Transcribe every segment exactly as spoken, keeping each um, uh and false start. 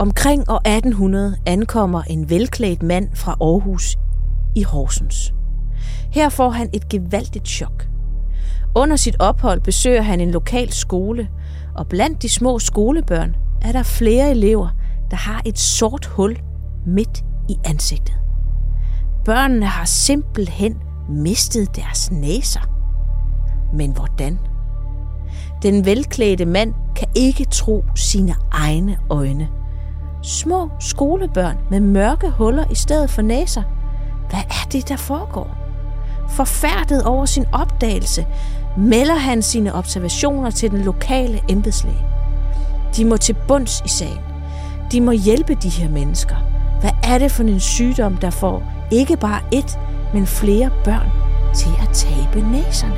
Omkring år atten hundrede ankommer en velklædt mand fra Aarhus i Horsens. Her får han et gevaldigt chok. Under sit ophold besøger han en lokal skole, og blandt de små skolebørn er der flere elever, der har et sort hul midt i ansigtet. Børnene har simpelthen mistet deres næser. Men hvordan? Den velklædte mand kan ikke tro sine egne øjne. Små skolebørn med mørke huller i stedet for næser. Hvad er det, der foregår? Forfærdet over sin opdagelse, melder han sine observationer til den lokale embedslæge. De må til bunds i sagen. De må hjælpe de her mennesker. Hvad er det for en sygdom, der får ikke bare ét, men flere børn til at tabe næserne?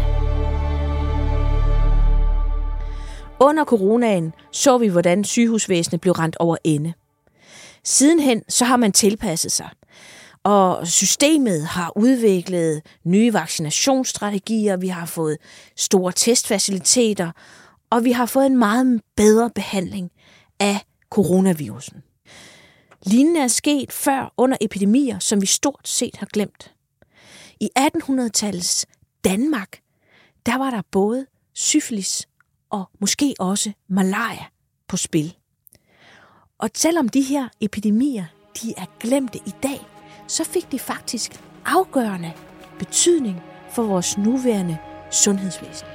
Under coronaen så vi, hvordan sygehusvæsenet blev rendt over ende. Sidenhen så har man tilpasset sig, og systemet har udviklet nye vaccinationsstrategier, vi har fået store testfaciliteter, og vi har fået en meget bedre behandling af coronavirusen. Lignende er sket før under epidemier, som vi stort set har glemt. I attenhundredetallets Danmark, der var der både syfilis og måske også malaria på spil. Og selvom de her epidemier, de er glemte i dag, så fik de faktisk afgørende betydning for vores nuværende sundhedsvæsen.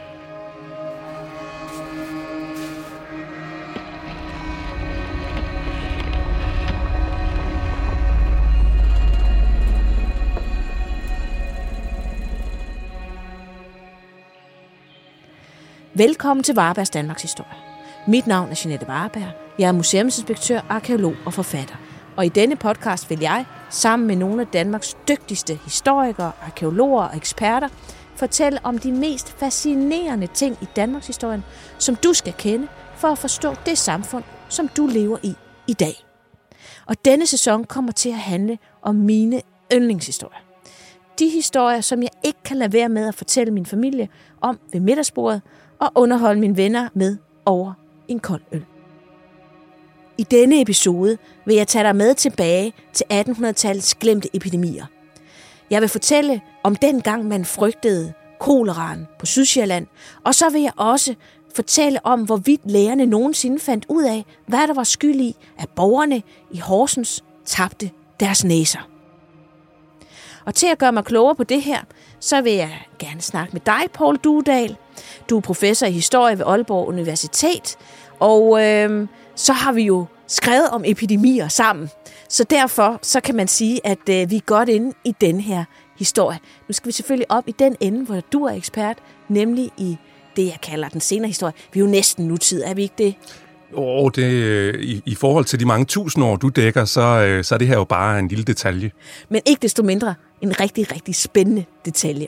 Velkommen til Varbergs Danmarks Historie. Mit navn er Jeanette Varberg. Jeg er museumsinspektør, arkæolog og forfatter. Og i denne podcast vil jeg, sammen med nogle af Danmarks dygtigste historikere, arkæologer og eksperter, fortælle om de mest fascinerende ting i Danmarks historien, som du skal kende for at forstå det samfund, som du lever i i dag. Og denne sæson kommer til at handle om mine yndlingshistorier. De historier, som jeg ikke kan lade være med at fortælle min familie om ved middagsbordet og underholde mine venner med over en kold øl. I denne episode vil jeg tage dig med tilbage til attenhundredetallets glemte epidemier. Jeg vil fortælle om den gang, man frygtede koleraen på Sydsjælland, og så vil jeg også fortælle om, hvorvidt lægerne nogensinde fandt ud af, hvad der var skyld i, at borgerne i Horsens tabte deres næser. Og til at gøre mig klogere på det her, så vil jeg gerne snakke med dig, Poul Duedal. Du er professor i historie ved Aalborg Universitet, og øh, så har vi jo skrevet om epidemier sammen. Så derfor så kan man sige, at øh, vi er godt inde i den her historie. Nu skal vi selvfølgelig op i den ende, hvor du er ekspert, nemlig i det, jeg kalder den senere historie. Vi er jo næsten nutid, er vi ikke det? Oh, det i, i forhold til de mange tusind år, du dækker, så, så er det her jo bare en lille detalje. Men ikke desto mindre en rigtig, rigtig spændende detalje.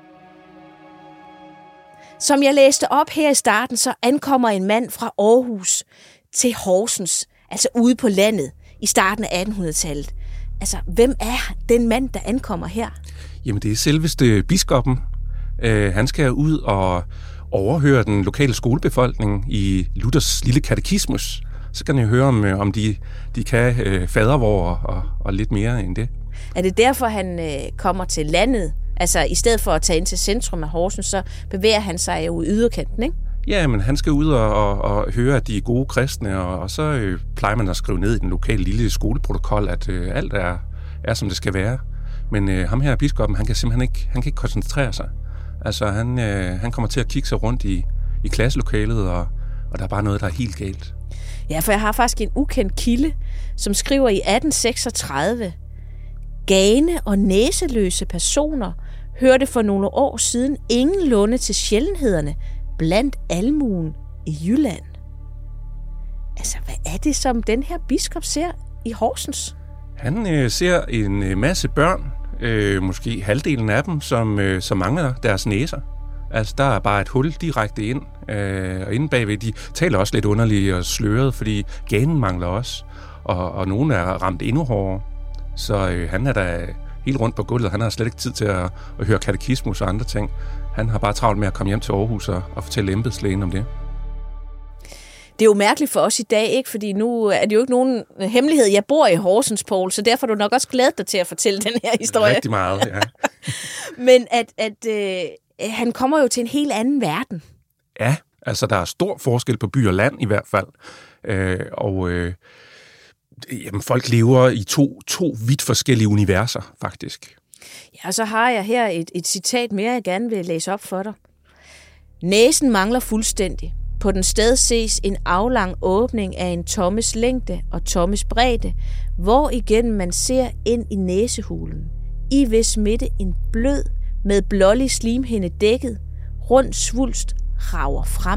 Som jeg læste op her i starten, så ankommer en mand fra Aarhus til Horsens, altså ude på landet, i starten af attenhundredetallet. Altså, hvem er den mand, der ankommer her? Jamen, det er selveste biskoppen. Uh, han skal ud og overhøre den lokale skolebefolkning i Luthers lille katekismus. Så kan jeg høre, om, om de, de kan uh, fadervor og, og lidt mere end det. Er det derfor, han uh, kommer til landet? Altså, i stedet for at tage ind til centrum af Horsens, så bevæger han sig jo i yderkanten, ikke? Ja, men han skal ud og, og, og høre, at de er gode kristne, og, og så øh, plejer man at skrive ned i den lokale lille skoleprotokol, at øh, alt er, er, som det skal være. Men øh, ham her, biskoppen, han kan simpelthen ikke, han kan ikke koncentrere sig. Altså, han, øh, han kommer til at kigge sig rundt i, i klasselokalet, og, og der er bare noget, der er helt galt. Ja, for jeg har faktisk en ukendt kilde, som skriver i atten seksogtredive, gane og næseløse personer hørte for nogle år siden ingenlunde til sjældenhederne blandt almuen i Jylland. Altså, hvad er det, som den her biskop ser i Horsens? Han øh, ser en øh, masse børn, øh, måske halvdelen af dem, som, øh, som mangler deres næser. Altså, der er bare et hul direkte ind, øh, og inde bagved, de taler også lidt underligt og sløret, fordi ganen mangler også, og, og nogen er ramt endnu hårdere. Så øh, han er da helt rundt på gulvet. Han har slet ikke tid til at, at høre katekismus og andre ting. Han har bare travlt med at komme hjem til Aarhus og, og fortælle embedslægen om det. Det er jo mærkeligt for os i dag, ikke? Fordi nu er det jo ikke nogen hemmelighed. Jeg bor i Horsens, Poul, så derfor er du nok også glædet dig til at fortælle den her historie. Rigtig meget, ja. Men at, at øh, han kommer jo til en helt anden verden. Ja, altså der er stor forskel på by og land i hvert fald. Øh, og øh, jamen, folk lever i to, to vidt forskellige universer, faktisk. Ja, og så har jeg her et, et citat mere, jeg gerne vil læse op for dig. Næsen mangler fuldstændig. På den sted ses en aflang åbning af en tommes længde og tommes bredde, hvor igen man ser ind i næsehulen. I hvis midte en blød, med blålig slimhinde dækket, rund svulst rager frem.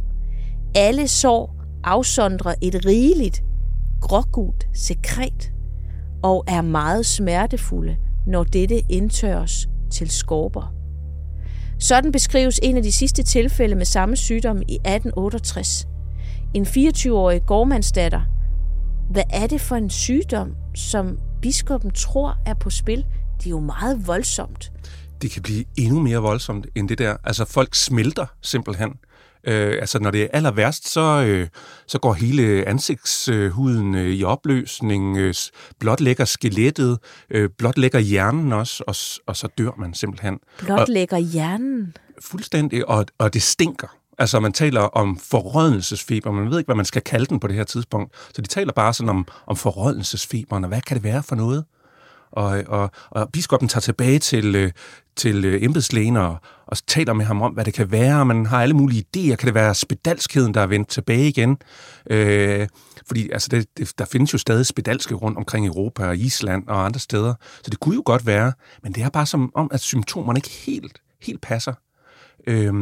Alle sår afsondrer et rigeligt, grågult sekret og er meget smertefulde, når dette indtørres til skorper. Sådan beskrives en af de sidste tilfælde med samme sygdom i atten otteogtres. En fireogtyve-årig gårdmandsdatter. Hvad er det for en sygdom, som biskoppen tror er på spil? Det er jo meget voldsomt. Det kan blive endnu mere voldsomt end det der. Altså folk smelter simpelthen. Øh, altså når det er aller værst, så, øh, så går hele ansigtshuden øh, i opløsning, øh, blotlægger skelettet, øh, blotlægger hjernen også, og, og så dør man simpelthen. Blotlægger hjernen? Fuldstændig, og, og det stinker. Altså man taler om forrådnelsesfeber, man ved ikke, hvad man skal kalde den på det her tidspunkt. Så de taler bare sådan om, om forrådnelsesfeberen, og hvad kan det være for noget? Og, og, og biskoppen tager tilbage til, til embedslægen og, og taler med ham om, hvad det kan være. Man har alle mulige idéer. Kan det være spedalskheden, der er vendt tilbage igen? Øh, fordi altså, det, det, der findes jo stadig spedalske rundt omkring Europa og Island og andre steder. Så det kunne jo godt være, men det er bare som om, at symptomerne ikke helt, helt passer. Øh,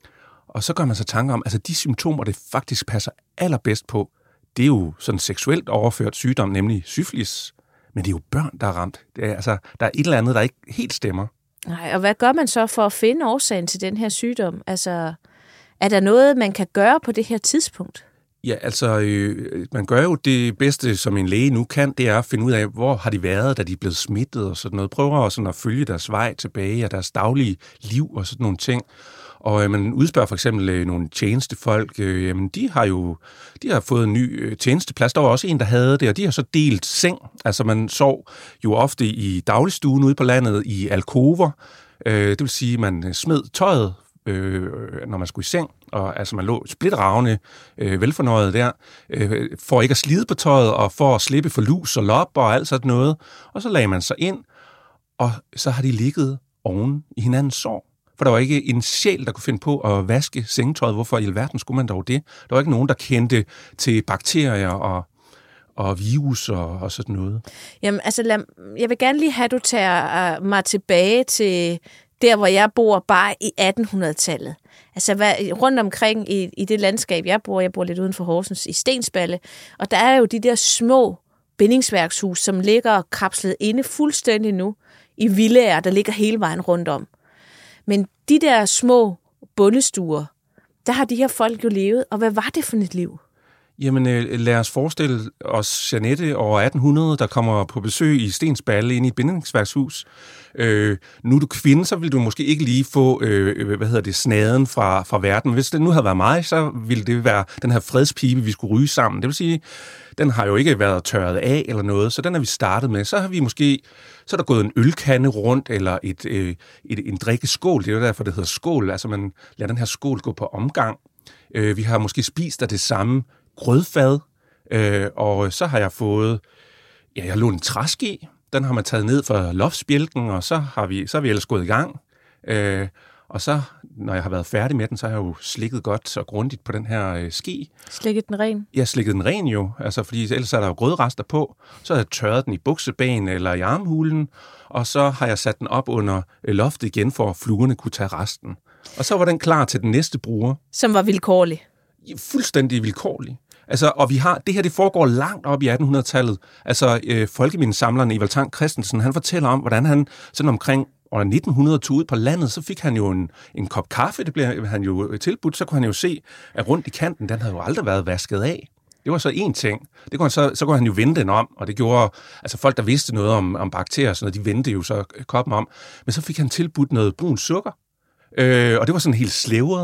og så gør man sig tanker om, altså de symptomer, det faktisk passer allerbedst på, det er jo sådan seksuelt overført sygdom, nemlig syfilis. Men det er jo børn, der er ramt. Det er, altså, der er et eller andet, der ikke helt stemmer. Nej, og hvad gør man så for at finde årsagen til den her sygdom? Altså, er der noget, man kan gøre på det her tidspunkt? Ja, altså, øh, man gør jo det bedste, som en læge nu kan, det er at finde ud af, hvor har de været, da de er blevet smittet og sådan noget. Prøver sådan at følge deres vej tilbage og deres daglige liv og sådan nogle ting. Og øh, man udspørger for eksempel øh, nogle tjenestefolk, øh, jamen de har jo de har fået en ny øh, tjenesteplads. Der var også en, der havde det, og de har så delt seng. Altså man sov jo ofte i dagligstuen ude på landet i alkover. Øh, det vil sige, at man smed tøjet, øh, når man skulle i seng, og altså man lå splitravne, øh, velfornøjet der, øh, for ikke at slide på tøjet, og for at slippe for lus og lop og alt sådan noget. Og så lagde man sig ind, og så har de ligget oven i hinandens sår. For der var ikke en sjæl, der kunne finde på at vaske sengetøjet. Hvorfor i alverden skulle man dog det? Der var ikke nogen, der kendte til bakterier og, og virus og, og sådan noget. Jamen, altså, lad, jeg vil gerne lige have, at du tager uh, mig tilbage til der, hvor jeg bor, bare i attenhundredetallet. Altså hvad, rundt omkring i, i det landskab, jeg bor, jeg bor lidt uden for Horsens, i Stensballe, og der er jo de der små bindingsværkshus, som ligger kapslet inde fuldstændig nu i villaer, der ligger hele vejen rundt om. Men de der små bondestuer, der har de her folk jo levet, og hvad var det for et liv? Jamen lad os forestille os Jeanette over atten hundrede, der kommer på besøg i Stensballe ind i et bindingsværkshus. Øh, nu er du kvinde, så vil du måske ikke lige få øh, hvad hedder det, snaden fra, fra verden. Hvis det nu havde været mig, så ville det være den her fredspibe, vi skulle ryge sammen. Det vil sige, den har jo ikke været tørret af eller noget, så den er vi startet med. Så har vi måske, så er der gået en ølkande rundt, eller et, øh, et, en drikkeskål. Det er jo derfor, det hedder skål. Altså man lader den her skål gå på omgang. Øh, vi har måske spist af det samme grødfad, øh, og så har jeg fået, ja, jeg lå en træske. Den har man taget ned fra loftsbjælken, og så har vi, så er vi ellers gået i gang. Øh, og så, når jeg har været færdig med den, så har jeg jo slikket godt og grundigt på den her øh, ske. Slikket den ren? Ja, slikket den ren jo, altså fordi ellers er der jo grødrester på. Så har jeg tørret den i bukseben eller i armhulen, og så har jeg sat den op under øh, loftet igen, for at fluerne kunne tage resten. Og så var den klar til den næste bruger. Som var vilkårlig? Fuldstændig vilkårlig. Altså, og vi har, det her, det foregår langt op i attenhundredetallet. Altså, øh, folkemindesamleren Evald Tang Christensen, han fortæller om, hvordan han sådan omkring år nitten hundrede tog ud på landet, så fik han jo en, en kop kaffe, det blev han jo tilbudt, så kunne han jo se, at rundt i kanten, den havde jo aldrig været vasket af. Det var så én ting. Det kunne han så, så kunne han jo vende den om, og det gjorde, altså folk, der vidste noget om, om bakterier og sådan noget, de vendte jo så koppen om. Men så fik han tilbudt noget brun sukker, øh, og det var sådan helt slævret.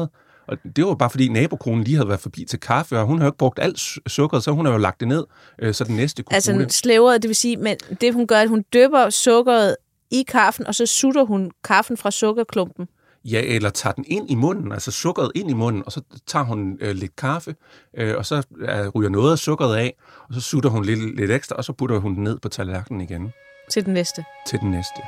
Og det var bare fordi nabokonen lige havde været forbi til kaffe, og hun havde jo ikke brugt alt sukkeret, så hun har jo lagt det ned, øh, så den næste kunne Altså slæveret, det vil sige, men det hun gør, at hun dypper sukkeret i kaffen, og så sutter hun kaffen fra sukkerklumpen. Ja, eller tager den ind i munden, altså sukkeret ind i munden, og så tager hun øh, lidt kaffe, øh, og så øh, ryger noget af sukkeret af, og så sutter hun lidt, lidt ekstra, og så putter hun den ned på tallerkenen igen. Til den næste. Til den næste.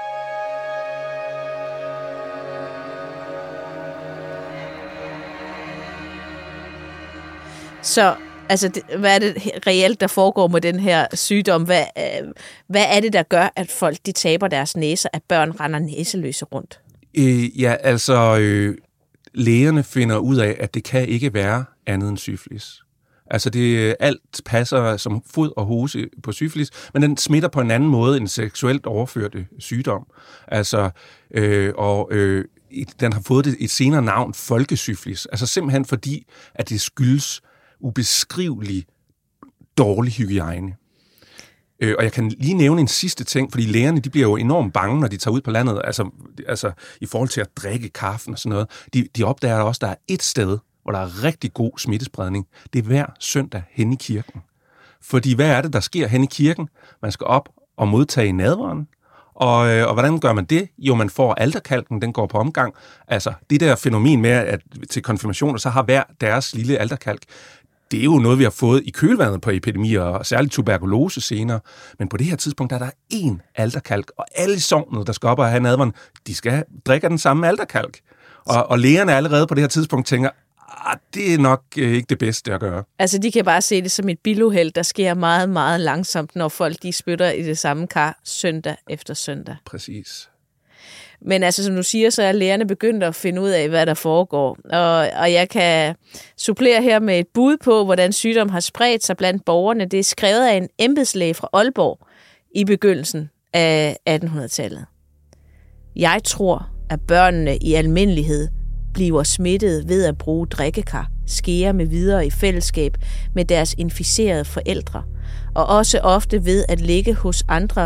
Så altså, det, hvad er det reelt, der foregår med den her sygdom? Hvad, øh, hvad er det, der gør, at folk de taber deres næser, at børn render næseløse rundt? Øh, ja, altså øh, lægerne finder ud af, at det kan ikke være andet end syfilis. Altså det alt passer som fod og hose på syfilis, men den smitter på en anden måde end seksuelt overførte sygdom. Altså øh, og øh, den har fået et senere navn, folkesyfilis. Altså simpelthen fordi, at det skyldes ubeskrivelig dårlig hygiejne. Øh, og jeg kan lige nævne en sidste ting, fordi lægerne de bliver jo enormt bange, når de tager ud på landet, altså, altså i forhold til at drikke kaffen og sådan noget. De, de opdager også, at der er et sted, hvor der er rigtig god smittespredning. Det er hver søndag hen i kirken. Fordi hvad er det, der sker hen i kirken? Man skal op og modtage nadveren. Og, øh, og hvordan gør man det? Jo, man får alterkalken, den går på omgang. Altså det der fænomen med, at til konfirmationer, så har hver deres lille alterkalk. Det er jo noget, vi har fået i kølvandet på epidemier, og særligt tuberkulose senere. Men på det her tidspunkt, der er der én alterkalk, og alle i sognet, der skal op og have nadveren, de skal drikke den samme alterkalk. Og, og lægerne allerede på det her tidspunkt tænker, ah, det er nok øh, ikke det bedste at gøre. Altså, de kan bare se det som et biluheld, der sker meget, meget langsomt, når folk de spytter i det samme kar søndag efter søndag. Præcis. Men altså, som du siger, så er lægerne begyndt at finde ud af, hvad der foregår. Og, og jeg kan supplere her med et bud på, hvordan sygdom har spredt sig blandt borgerne. Det er skrevet af en embedslæge fra Aalborg i begyndelsen af attenhundredetallet. Jeg tror, at børnene i almindelighed bliver smittet ved at bruge drikkekar, skære med videre i fællesskab med deres inficerede forældre, og også ofte ved at ligge hos andre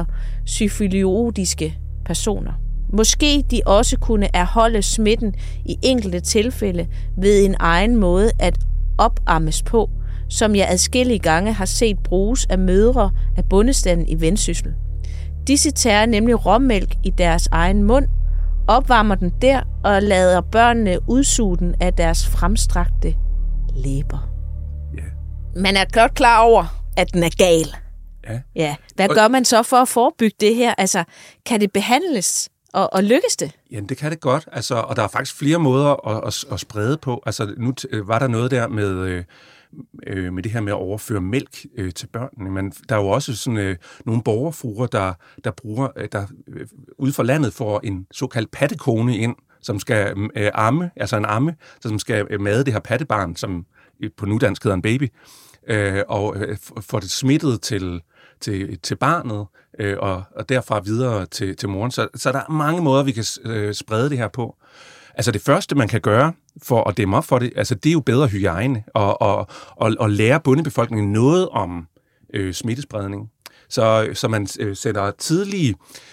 syfiliotiske personer. Måske de også kunne erholde smitten i enkelte tilfælde ved en egen måde at opammes på, som jeg adskillige gange har set bruges af mødre af bondestanden i Vendsyssel. Disse tager nemlig råmælk i deres egen mund, opvarmer den der og lader børnene udsuge den af deres fremstrakte læber. Yeah. Man er godt klar over, at den er gal. Ja. Ja. Hvad gør man så for at forebygge det her? Altså, kan det behandles? Og, og lykkes det? Jamen, det kan det godt. Altså, og der er faktisk flere måder at, at, at sprede på. Altså, nu t- var der noget der med, øh, med det her med at overføre mælk øh, til børnene. Men der er jo også sådan øh, nogle borgerfruer, der, der bruger, der øh, ude for landet får en såkaldt pattekone ind, som skal øh, amme, altså en amme, som skal øh, made det her pattebarn, som på nudansk hedder en baby, øh, og øh, får det smittet til til, til barnet, øh, og, og derfra videre til, til moren. Så, så der er mange måder, vi kan øh, sprede det her på. Altså det første, man kan gøre for at dæmme op for det, altså det er jo bedre hygiejne, og, og, og, og lære bondebefolkningen noget om øh, smittespredning. Så, så man øh, sætter tidlige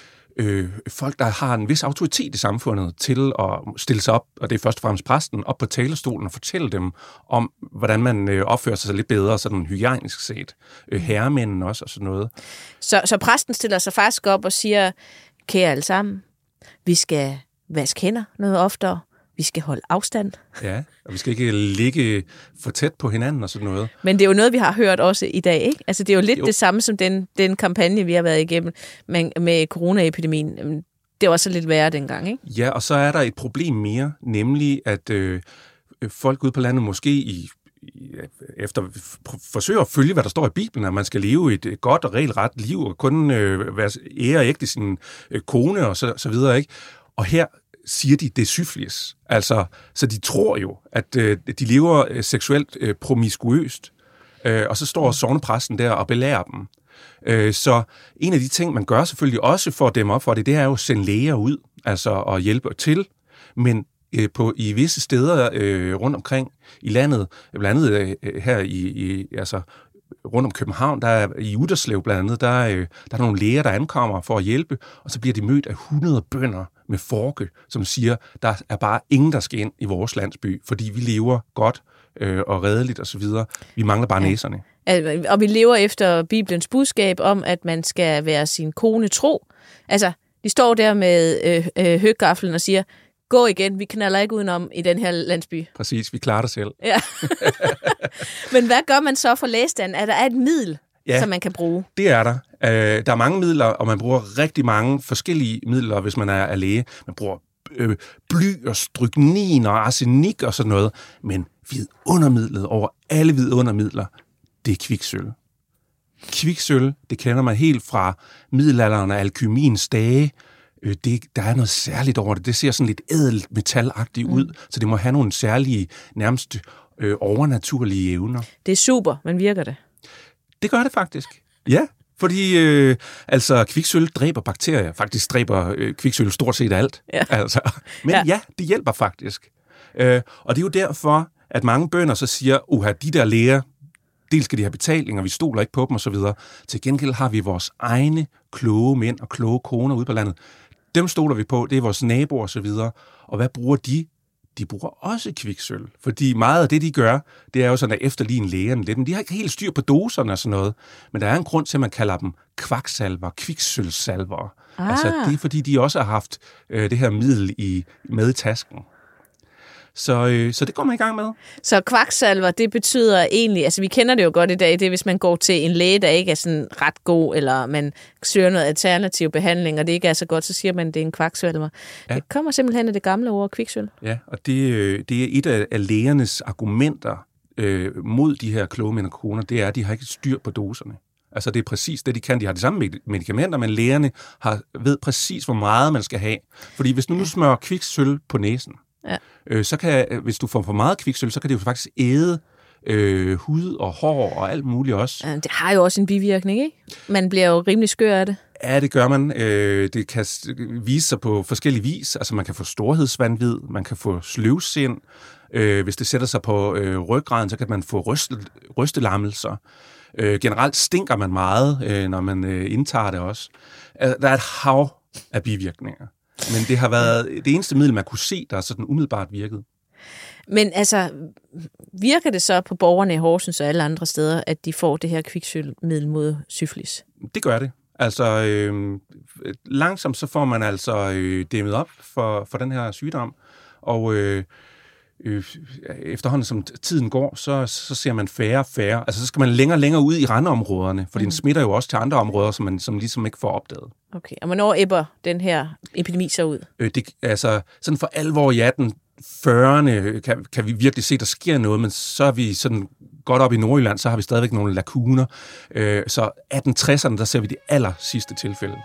øh, folk, der har en vis autoritet i samfundet, til at stille sig op, og det er først og fremmest præsten, op på talerstolen og fortælle dem om, hvordan man øh, opfører sig lidt bedre, sådan hygiejnisk set. Øh, herremænden også og sådan noget. Så, så præsten stiller sig faktisk op og siger, kære alle sammen, vi skal vaske hænder noget oftere, vi skal holde afstand. Ja, og vi skal ikke ligge for tæt på hinanden og sådan noget. Men det er jo noget, vi har hørt også i dag, ikke? Altså det er jo lidt jo. det samme som den, den kampagne, vi har været igennem med, med coronaepidemien. Det var så lidt værre dengang, ikke? Ja, og så er der et problem mere, nemlig at øh, folk ude på landet måske i efter forsøger at følge, hvad der står i Bibelen, at man skal leve et godt og regelret liv, og kun øh, være ære og ægte sin øh, kone og så, så videre, ikke? Og her siger de, det er syfilis. Altså, så de tror jo, at øh, de lever øh, seksuelt øh, promiskuøst, øh, og så står sognepræsten der og belærer dem. Øh, så en af de ting, man gør selvfølgelig også for at dæmme op for det, det er jo at sende læger ud, altså og hjælpe til, men øh, på i visse steder øh, rundt omkring i landet, blandt andet øh, her i, i altså rundt om København, der er i Utterslev blandt andet, der er, der er nogle læger, der ankommer for at hjælpe, og så bliver de mødt af hundrede bønder med Forke, som siger, der er bare ingen, der skal ind i vores landsby, fordi vi lever godt øh, og redeligt osv. Vi mangler bare ja. næserne. Og vi lever efter Bibelens budskab om, at man skal være sin kone tro. Altså, de står der med øh, øh, høgaflen og siger, gå igen, vi knaller ikke udenom i den her landsby. Præcis, vi klarer det selv. Ja. Men hvad gør man så for lægestanden? Er der et middel, ja, som man kan bruge? Det er der. Øh, der er mange midler, og man bruger rigtig mange forskellige midler, hvis man er, er læge. Man bruger øh, bly og stryknin og arsenik og sådan noget. Men vidundermidlet over alle vidundermidler, det er kviksølv. Kviksølv, det kender man helt fra middelalderen og alkymiens dage. Det, der er noget særligt over det. Det ser sådan lidt ædelt metalagtigt ud, mm. så det må have nogle særlige, nærmest øh, overnaturlige evner. Det er super, men virker det? Det gør det faktisk. Ja, fordi øh, altså kviksølv dræber bakterier. Faktisk dræber øh, kviksølv stort set alt. Ja. Altså. Men ja. ja, det hjælper faktisk. Øh, og det er jo derfor, at mange bønder så siger, uha, de der læger, dels skal de have betaling, og vi stoler ikke på dem osv. Til gengæld har vi vores egne kloge mænd og kloge koner ude på landet. Dem stoler vi på, det er vores naboer og så videre. Og hvad bruger de? De bruger også kviksølv. Fordi meget af det, de gør, det er jo sådan at efterligne lægerne lidt. Men de har ikke helt styr på doserne og sådan noget. Men der er en grund til, at man kalder dem kvaksalver, kviksølvsalver. Ah. Altså, det er fordi, de også har haft øh, det her middel i, med i tasken. Så, øh, så det går man i gang med. Så kvaksalver, det betyder egentlig, altså vi kender det jo godt i dag, det er hvis man går til en læge, der ikke er sådan ret god, eller man søger noget alternativ behandling, og det ikke er så godt, så siger man, at det er en kvaksalver. Ja. Det kommer simpelthen af det gamle ord kviksølv. Ja, og det, det er et af, af lægernes argumenter øh, mod de her kloge mænd og koner, det er, at de har ikke styr på doserne. Altså det er præcis det, de kan. De har de samme medicamenter, men lægerne har, ved præcis, hvor meget man skal have. Fordi hvis nu, nu smører kviksølv på næsen, ja. øh, så kan, hvis du får for meget kviksølv, så kan det jo faktisk æde øh, hud og hår og alt muligt også. Det har jo også en bivirkning, ikke? Man bliver jo rimelig skør af det. Ja, det gør man. Øh, det kan vise sig på forskellige vis. Altså man kan få storhedsvanvid, man kan få sløvsind. Øh, hvis det sætter sig på øh, ryggraden, så kan man få ryste, rystelammelser. Øh, generelt stinker man meget, øh, når man øh, indtager det også. Altså, der er et hav af bivirkninger. Men det har været det eneste middel, man kunne se, der er sådan umiddelbart virket. Men altså, virker det så på borgerne i Horsens og alle andre steder, at de får det her kviksølvmiddel mod syfilis? Det gør det. Altså, øh, langsomt så får man altså øh, dæmmet op for, for den her sygdom, og øh, øh, efterhånden som tiden går, så, så ser man færre og færre. Altså, så skal man længere og længere ud i randområderne, for mm. den smitter jo også til andre områder, som man som ligesom ikke får opdaget. Okay, og hvornår ebber den her epidemi så ud? Øh, det, altså, sådan for alvor i atten fyrrerne kan, kan vi virkelig se, der sker noget, men så er vi sådan godt op i Nordjylland, så har vi stadigvæk nogle lakuner. Øh, så atten tresserne, der ser vi det aller sidste tilfælde.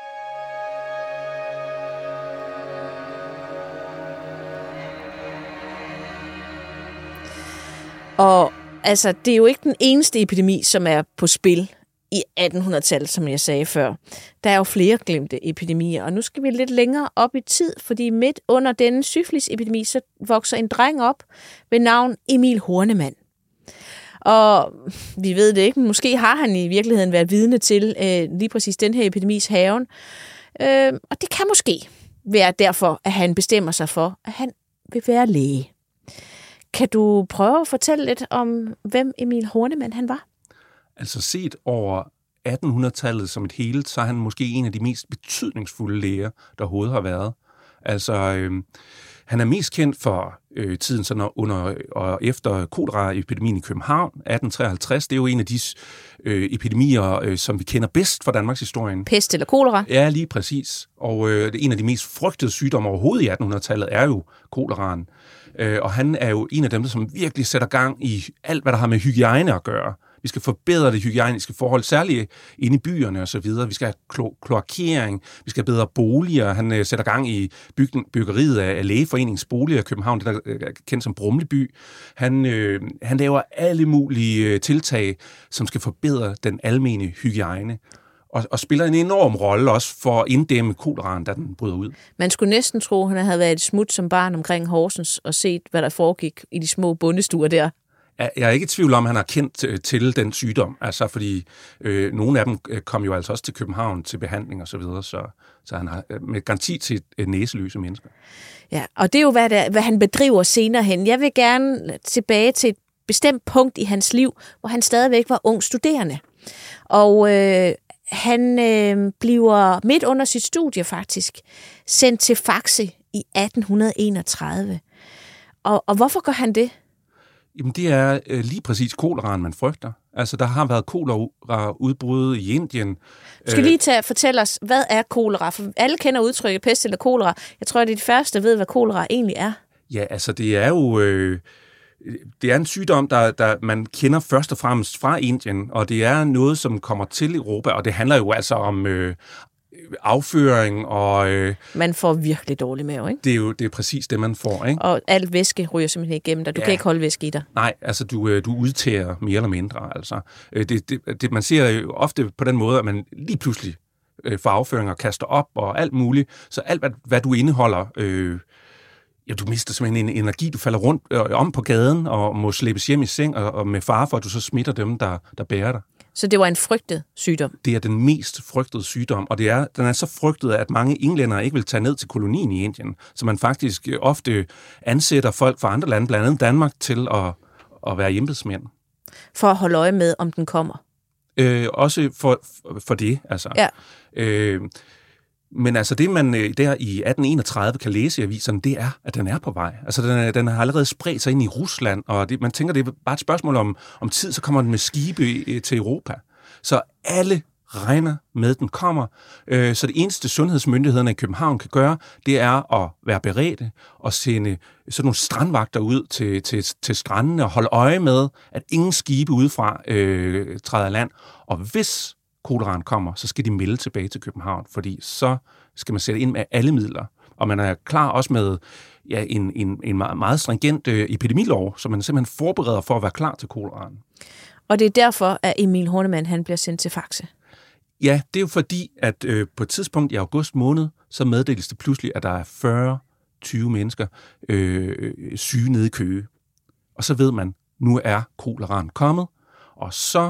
Og altså, det er jo ikke den eneste epidemi, som er på spil i attenhundredetallet, som jeg sagde før. Der er jo flere glemte epidemier, og nu skal vi lidt længere op i tid, fordi midt under denne syfilis-epidemi, så vokser en dreng op ved navn Emil Horneman. Og vi ved det ikke, men måske har han i virkeligheden været vidne til øh, lige præcis den her epidemis haven. Øh, og det kan måske være derfor, at han bestemmer sig for, at han vil være læge. Kan du prøve at fortælle lidt om, hvem Emil Horneman han var? Altså set over attenhundredetallet som et hele, så er han måske en af de mest betydningsfulde læger, der overhovedet har været. Altså, øh, han er mest kendt for øh, tiden sådan under og efter koleraepidemien i København, atten treoghalvtreds. Det er jo en af de øh, epidemier, øh, som vi kender bedst fra Danmarks historien. Pest eller kolera? Ja, lige præcis. Og øh, en af de mest frygtede sygdomme overhovedet i attenhundredetallet er jo koleraen. Øh, og han er jo en af dem, som virkelig sætter gang i alt, hvad der har med hygiejne at gøre. Vi skal forbedre det hygiejniske forhold, særligt inde i byerne og så videre. Vi skal have klo- kloakering, vi skal have bedre boliger. Han øh, sætter gang i bygden, byggeriet af lægeforeningens boliger i København, det der er kendt som Brumleby. Han, øh, han laver alle mulige tiltag, som skal forbedre den almene hygiejne. Og, og spiller en enorm rolle også for at inddæmme koleraen, da den bryder ud. Man skulle næsten tro, at han havde været et smut som barn omkring Horsens og set, hvad der foregik i de små bondestuer der. Jeg er ikke i tvivl om, at han har kendt til den sygdom, altså fordi øh, nogle af dem kom jo altså også til København til behandling og så videre, så, så han har med garanti til øh, næseløse mennesker. Ja, og det er jo, hvad, der, hvad han bedriver senere hen. Jeg vil gerne tilbage til et bestemt punkt i hans liv, hvor han stadigvæk var ung studerende. Og øh, han øh, bliver midt under sit studie faktisk sendt til Faxe i atten enogtredive. Og, og hvorfor gør han det? Jamen, det er øh, lige præcis koleraen, man frygter. Altså, der har været kolera-udbrud i Indien. Du skal lige tage, fortælle os, hvad er kolera? For alle kender udtrykket pest eller kolera. Jeg tror, det er de første, der ved, hvad kolera egentlig er. Ja, altså, det er jo... Øh, det er en sygdom, der, der man kender først og fremmest fra Indien, og det er noget, som kommer til Europa, og det handler jo altså om... Øh, afføring og... Øh, man får virkelig dårlig mave, ikke? Det er jo det er præcis det, man får, ikke? Og alt væske ryger simpelthen igennem dig. Du ja. kan ikke holde væske i dig. Nej, altså du, du udtager mere eller mindre, altså. Det, det, det, man ser jo ofte på den måde, at man lige pludselig øh, får afføring og kaster op og alt muligt. Så alt, hvad, hvad du indeholder... Øh, ja, du mister simpelthen en energi, du falder rundt øh, om på gaden og må slæbes hjem i seng, og, og med fare for, at du så smitter dem, der, der bærer dig. Så det var en frygtet sygdom? Det er den mest frygtede sygdom, og det er, den er så frygtet, at mange englændere ikke vil tage ned til kolonien i Indien, så man faktisk ofte ansætter folk fra andre lande, blandt andet Danmark, til at, at være embedsmænd. For at holde øje med, om den kommer? Øh, også for, for det, altså. Ja. Øh, Men altså det, man der i atten enogtredive kan læse i aviserne, det er, at den er på vej. Altså den, er, den har allerede spredt sig ind i Rusland, og det, man tænker, det er bare et spørgsmål om, om tid, så kommer den med skibe til Europa. Så alle regner med, at den kommer. Så det eneste sundhedsmyndighederne i København kan gøre, det er at være beredte og sende sådan nogle strandvagter ud til, til, til strandene og holde øje med, at ingen skibe udefra øh, træder land. Og hvis koleraen kommer, så skal de melde tilbage til København, fordi så skal man sætte ind med alle midler. Og man er klar også med ja, en, en, en meget, meget stringent øh, epidemilov, så man simpelthen forbereder for at være klar til koleraen. Og det er derfor, at Emil Horneman han bliver sendt til Faxe? Ja, det er jo fordi, at øh, på et tidspunkt i august måned, så meddeles det pludselig, at der er fyrre til tyve mennesker øh, syge nede i Køge. Og så ved man, nu er koleraen kommet, og så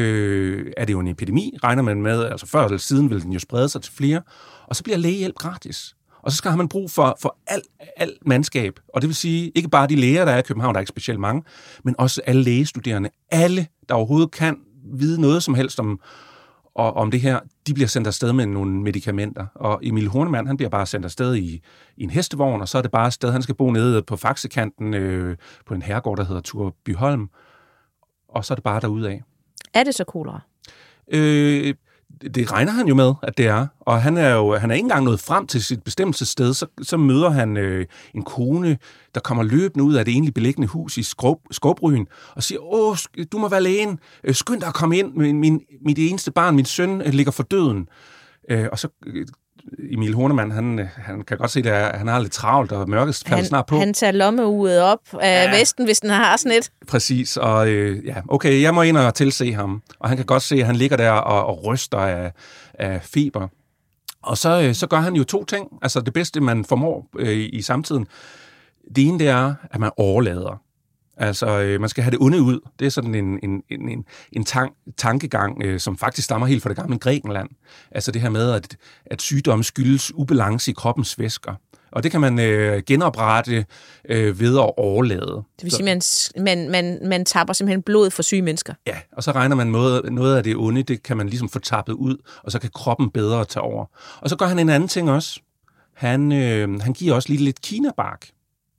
Øh, er det jo en epidemi, regner man med, altså før eller siden vil den jo sprede sig til flere, og så bliver lægehjælp gratis. Og så skal man brug for, for alt, alt mandskab, og det vil sige, ikke bare de læger, der er i København, der er ikke specielt mange, men også alle lægestuderende, alle, der overhovedet kan vide noget som helst om, og, om det her, de bliver sendt afsted med nogle medicamenter. Og Emil Horneman, han bliver bare sendt afsted i, i en hestevogn, og så er det bare et sted, han skal bo nede på Faxekanten, øh, på en herregård, der hedder Turbyholm, og så er det bare derudad. Er det så kolera? Øh, det regner han jo med, at det er. Og han er jo han er ikke engang nået frem til sit bestemmelsessted. Så, så møder han øh, en kone, der kommer løbende ud af det egentlig beliggende hus i Skov, Skovbryn, og siger, åh, du må være lægen. Skynd dig at komme ind. Min, min, mit eneste barn, min søn, ligger for døden. Øh, og så... Emil Horneman, han, han kan godt se, at han har lidt travlt, og mørket falder snart på. Han tager lommeuret op af ja. vesten, hvis den har sådan et. Præcis, og øh, ja, okay, jeg må ind og tilse ham. Og han kan godt se, at han ligger der og, og ryster af, af feber. Og så, øh, så gør han jo to ting. Altså det bedste, man formår øh, i samtiden. Det ene, det er, at man overlader. Altså, øh, man skal have det onde ud. Det er sådan en, en, en, en tank, tankegang, øh, som faktisk stammer helt fra det gamle Grækenland. Altså det her med, at, at sygdomme skyldes ubalance i kroppens væsker. Og det kan man øh, genoprette øh, ved at overlade. Det vil sige, man, man, man, man tapper simpelthen blod for syge mennesker? Ja, og så regner man noget, noget af det onde, det kan man ligesom få tappet ud, og så kan kroppen bedre tage over. Og så gør han en anden ting også. Han, øh, han giver også lige lidt kinabark.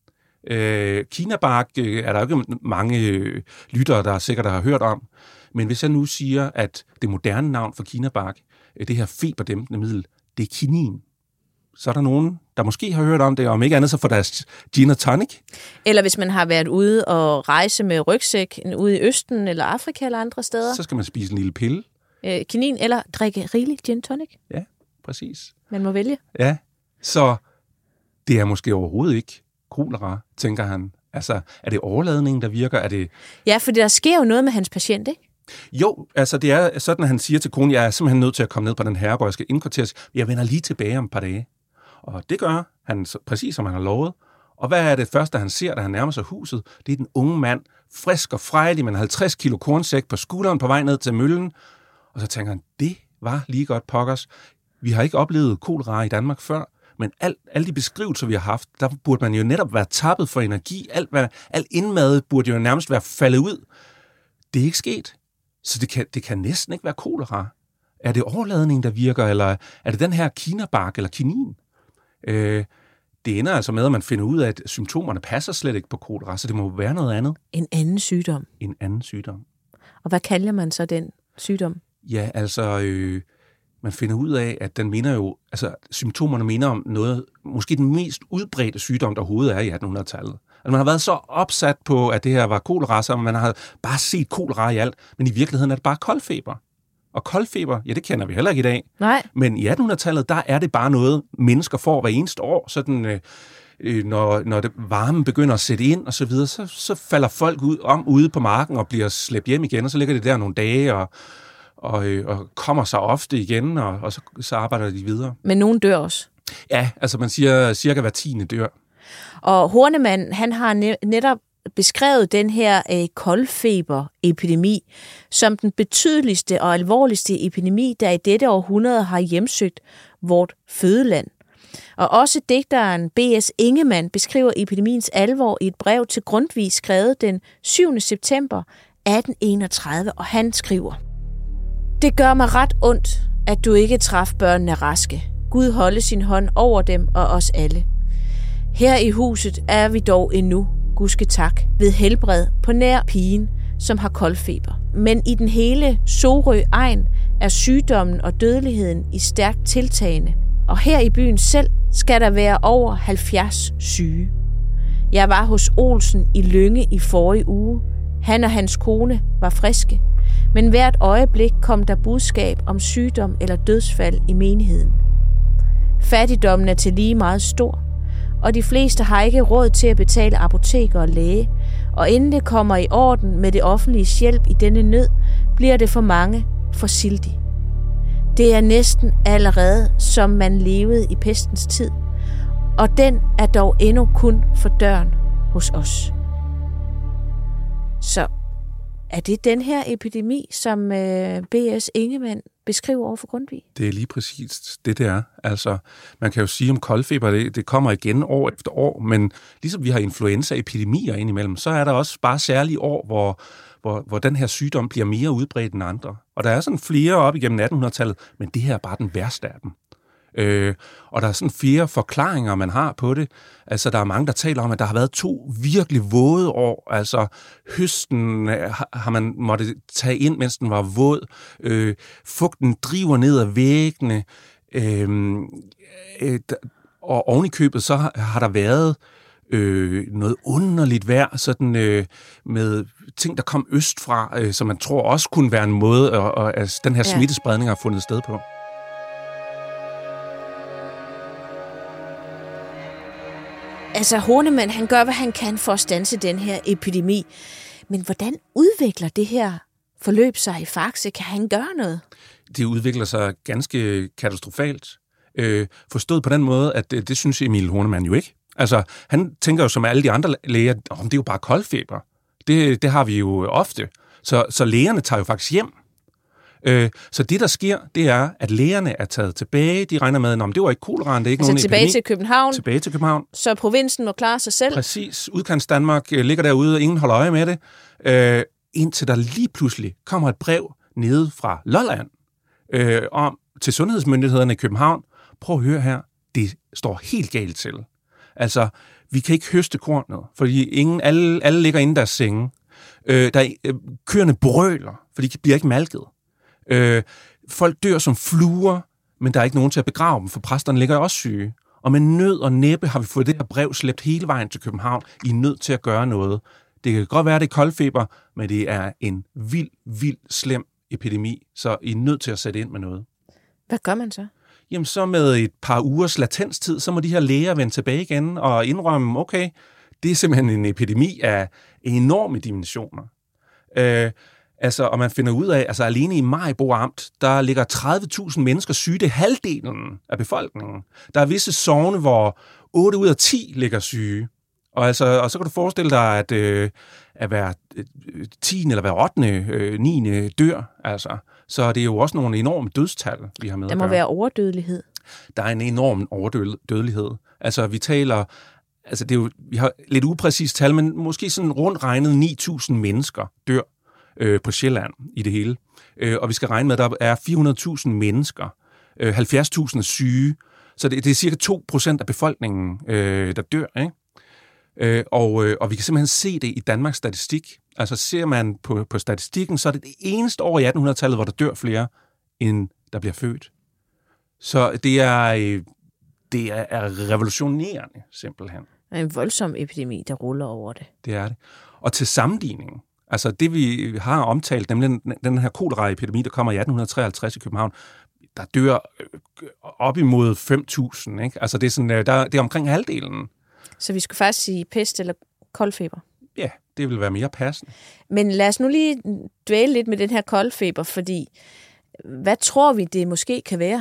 Øh, kinabark øh, er der jo ikke mange øh, lyttere, der sikkert har hørt om. Men hvis jeg nu siger, at det moderne navn for kinabark, øh, det her feberdæmpende middel, det er kinin, så er der nogen, der måske har hørt om det, og om ikke andet så for deres gin og tonic. Eller hvis man har været ude og rejse med rygsæk ude i Østen eller Afrika eller andre steder. Så skal man spise en lille pille. Øh, kinin eller drikke rigeligt gin tonic. Ja, præcis. Man må vælge. Ja, så det er måske overhovedet ikke kolera, tænker han. Altså, er det overladningen, der virker? Er det... Ja, for der sker jo noget med hans patient, ikke? Jo, altså det er sådan, at han siger til konen, jeg er simpelthen nødt til at komme ned på den herregård, jeg skal indkvarteres. Jeg vender lige tilbage om et par dage. Og det gør han præcis, som han har lovet. Og hvad er det første, han ser, da han nærmer sig huset? Det er den unge mand, frisk og frejlig, med en halvtreds kilo kornsæk på skulderen på vej ned til møllen. Og så tænker han, det var lige godt pokkers. Vi har ikke oplevet kolera i Danmark før, men al, alle de beskrivelser, vi har haft, der burde man jo netop være tappet for energi. Alt, hvad, alt indmad burde jo nærmest være faldet ud. Det er ikke sket. Så det kan, det kan næsten ikke være kolera. Er det overladning, der virker, eller er det den her kinabark eller kinin? Øh, det ender altså med, at man finder ud af, at symptomerne passer slet ikke på kolera, så det må være noget andet. En anden sygdom. En anden sygdom. Og hvad kalder man så den sygdom? Ja, altså, øh, man finder ud af, at den minder jo, altså symptomerne minder om noget, måske den mest udbredte sygdom, der overhovedet er i attenhundredetallet. Altså, man har været så opsat på, at det her var kolera, så man har bare set kolera i alt, men i virkeligheden er det bare koldfeber. Og koldfeber, ja, det kender vi heller ikke i dag. Nej. Men i attenhundredetallet, der er det bare noget, mennesker får hver eneste år. Sådan, øh, når, når det varmen begynder at sætte ind og så videre, så, så falder folk ud, om ude på marken og bliver slæbt hjem igen, og så ligger det der nogle dage og, og, øh, og kommer sig ofte igen, og, og så, så arbejder de videre. Men nogen dør også? Ja, altså man siger cirka hver tiende dør. Og Hornemann, han har netop beskrevet den her øh, koldfeberepidemi som den betydeligste og alvorligste epidemi, der i dette århundrede har hjemsøgt vort fødeland. Og også digteren B S Ingemann beskriver epidemiens alvor i et brev til Grundtvig, skrevet den syvende september atten enogtredive, og han skriver: Det gør mig ret ondt, at du ikke traf børnene raske. Gud holde sin hånd over dem og os alle. Her i huset er vi dog endnu, gudske tak, ved helbred på nær pigen, som har koldfeber. Men i den hele Sorø egn er sygdommen og dødeligheden i stærkt tiltagende, og her i byen selv skal der være over halvfjerds syge. Jeg var hos Olsen i Lynge i forrige uge. Han og hans kone var friske, men hvert øjeblik kom der budskab om sygdom eller dødsfald i menigheden. Fattigdommen er til lige meget stor, og de fleste har ikke råd til at betale apoteker og læge, og inden det kommer i orden med det offentlige hjælp i denne nød, bliver det for mange for sildig. Det er næsten allerede, som man levede i pestens tid, og den er dog endnu kun for døren hos os. Så er det den her epidemi, som øh, B S Ingemann beskriver over for Grundtvig? Det er lige præcis det, det er. Altså, man kan jo sige om koldfeber, det, det kommer igen år efter år, men ligesom vi har influenzaepidemier indimellem, så er der også bare særlige år, hvor, hvor, hvor den her sygdom bliver mere udbredt end andre. Og der er sådan flere op igennem attenhundredetallet, men det her er bare den værste af dem. Øh, og der er sådan flere forklaringer, man har på det. Altså, der er mange, der taler om, at der har været to virkelig våde år. Altså, høsten har man måttet tage ind, mens den var våd. Øh, fugten driver ned ad væggene. Øh, øh, og oven i købet, så har, har der været øh, noget underligt vejr, sådan øh, med ting, der kom østfra, øh, som man tror også kunne være en måde, at, at den her smittespredning har fundet sted på. Altså, Hornemann, han gør, hvad han kan for at standse den her epidemi. Men hvordan udvikler det her forløb sig i Faxe? Kan han gøre noget? Det udvikler sig ganske katastrofalt. Øh, forstået på den måde, at det, det synes Emil Hornemann jo ikke. Altså, han tænker jo som alle de andre læger, oh, det er jo bare koldfeber. Det, det har vi jo ofte. Så, så lægerne tager jo faktisk hjem. Øh, så det, der sker, det er, at lægerne er taget tilbage. De regner med, at det var ikke koleraen, det er ikke altså nogen tilbage epidemi. til København. Tilbage til København. Så provinsen må klare sig selv. Præcis. Udkants Danmark øh, ligger derude, og ingen holder øje med det. Øh, indtil der lige pludselig kommer et brev nede fra Lolland øh, om til sundhedsmyndighederne i København. Prøv at høre her. Det står helt galt til. Altså, vi kan ikke høste kornet, fordi ingen, alle, alle ligger inde i deres senge. Øh, der er, øh, køerne brøler, for de bliver ikke malket. Øh, folk dør som fluer, men der er ikke nogen til at begrave dem, for præsterne ligger også syge. Og med nød og næppe har vi fået det her brev slæbt hele vejen til København. I er nødt til at gøre noget. Det kan godt være, at det er koldfeber, men det er en vild, vild slem epidemi, så I er nødt til at sætte ind med noget. Hvad gør man så? Jamen så med et par ugers latenstid, så må de her læger vende tilbage igen og indrømme, okay, det er simpelthen en epidemi af enorme dimensioner. Øh, Altså, og man finder ud af, altså alene i Maribo Amt, der ligger tredive tusind mennesker syge, det er halvdelen af befolkningen. Der er visse sogne, hvor otte ud af ti ligger syge. Og, altså, og så kan du forestille dig, at, øh, at hver tiende eller hver ottende, øh, niende dør. Altså. Så det er jo også nogle enorme dødstal, vi har med. Der må være overdødelighed. Der er en enorm overdødelighed. Altså, vi taler... Altså, det er jo, vi har lidt upræcist tal, men måske sådan rundt regnet ni tusind mennesker dør øh, på Sjælland i det hele. Øh, og vi skal regne med, at der er fire hundrede tusind mennesker. Øh, halvfjerds tusind er syge. Så det, det er cirka to procent af befolkningen, øh, der dør, ikke? Øh, og, øh, og vi kan simpelthen se det i Danmarks statistik. Altså ser man på, på statistikken, så er det det eneste år i attenhundredetallet, hvor der dør flere, end der bliver født. Så det er, øh, det er, er revolutionerende, simpelthen. Det er en voldsom epidemi, der ruller over det. Det er det. Og til sammenligning, altså det vi har omtalt, nemlig den, den her koleraepidemi, der kommer i atten treoghalvtreds i København, der dør op imod fem tusind, ikke? Altså det er, sådan, der, det er omkring halvdelen. Så vi skulle faktisk sige pest eller koldfeber? Ja, det vil være mere passende. Men lad os nu lige dvæle lidt med den her koldfeber, fordi hvad tror vi, det måske kan være?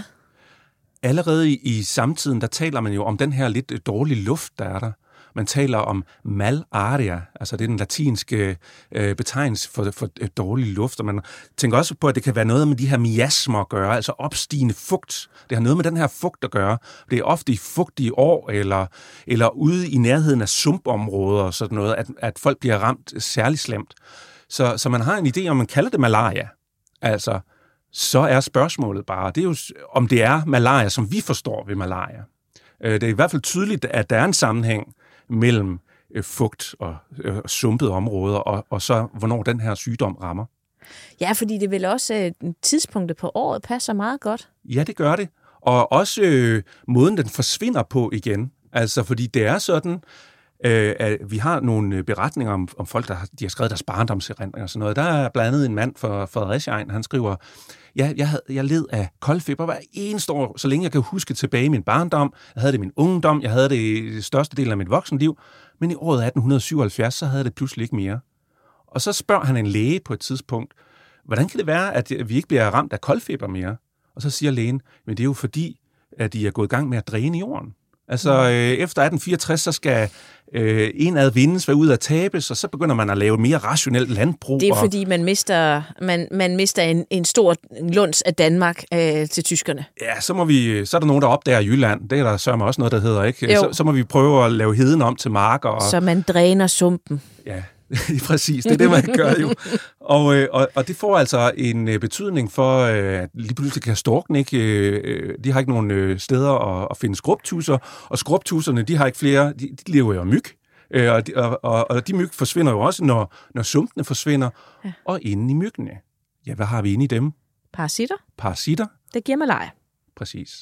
Allerede i, i samtiden, der taler man jo om den her lidt dårlige luft, der er der. Man taler om malaria, altså det er den latinske øh, betegnelse for, for øh, dårlig luft, og man tænker også på, at det kan være noget med de her miasmer at gøre, altså opstigende fugt. Det har noget med den her fugt at gøre. Det er ofte i fugtige år, eller, eller ude i nærheden af sumpområder og sådan noget, at, at folk bliver ramt særlig slemt. Så, så man har en idé om, man kalder det malaria. Altså, så er spørgsmålet bare, det er jo, om det er malaria, som vi forstår ved malaria. Det er i hvert fald tydeligt, at der er en sammenhæng mellem øh, fugt og øh, sumpede områder, og, og så hvornår den her sygdom rammer. Ja, fordi det vil også øh, tidspunktet på året passer meget godt. Ja, det gør det. Og også øh, måden, den forsvinder på igen. Altså, fordi det er sådan, øh, at vi har nogle beretninger om, om folk, der har, de har skrevet deres barndomserindringer og sådan noget. Der er blandt andet en mand fra Fredericia, han skriver, ja, jeg, havde, jeg led af koldfeber hver eneste år, så længe jeg kan huske tilbage i min barndom. Jeg havde det i min ungdom, jeg havde det i største del af mit voksenliv, men i året atten syvoghalvfjerds, så havde det pludselig ikke mere. Og så spørger han en læge på et tidspunkt, hvordan kan det være, at vi ikke bliver ramt af koldfeber mere? Og så siger lægen, men det er jo fordi, at de er gået i gang med at dræne jorden. Altså, øh, efter atten fireogtres, så skal øh, indad vindes, hvad ud af tabes, og så begynder man at lave mere rationelt landbrug. Det er og... fordi, man mister, man, man mister en, en stor lunds af Danmark øh, til tyskerne. Ja, så, må vi, så er der nogen, der opdager Jylland. Det er der sørger også noget, der hedder, ikke? Så, så må vi prøve at lave heden om til marker. Og... Så man dræner sumpen. Ja, præcis. Det er det, man gør jo. Og, og, og det får altså en betydning for, at lige pludselig kan storken ikke, de har ikke nogen steder at, at finde skrubtusser, og skrubtusserne, de har ikke flere, de, de lever jo af myg. Og de, og, og de myg forsvinder jo også, når, når sumpene forsvinder, ja. Og inde i myggene. Ja, hvad har vi inde i dem? Parasitter. Parasitter. Det giver malaria. Præcis.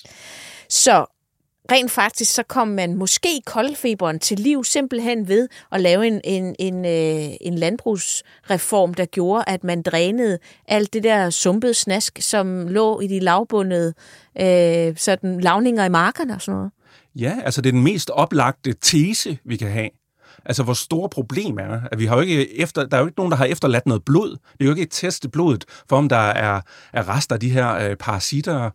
Så rent faktisk, så kom man måske koldfeberen til liv simpelthen ved at lave en, en, en, en landbrugsreform, der gjorde, at man drænede alt det der sumpede snask, som lå i de lavbundede øh, sådan lavninger i markerne og sådan noget. Ja, altså det er den mest oplagte tese, vi kan have. Altså, hvor store problem er, at vi har jo ikke efter, der er jo ikke nogen, der har efterladt noget blod. Vi har jo ikke testet blodet for, om der er, er rester af de her øh, parasitter.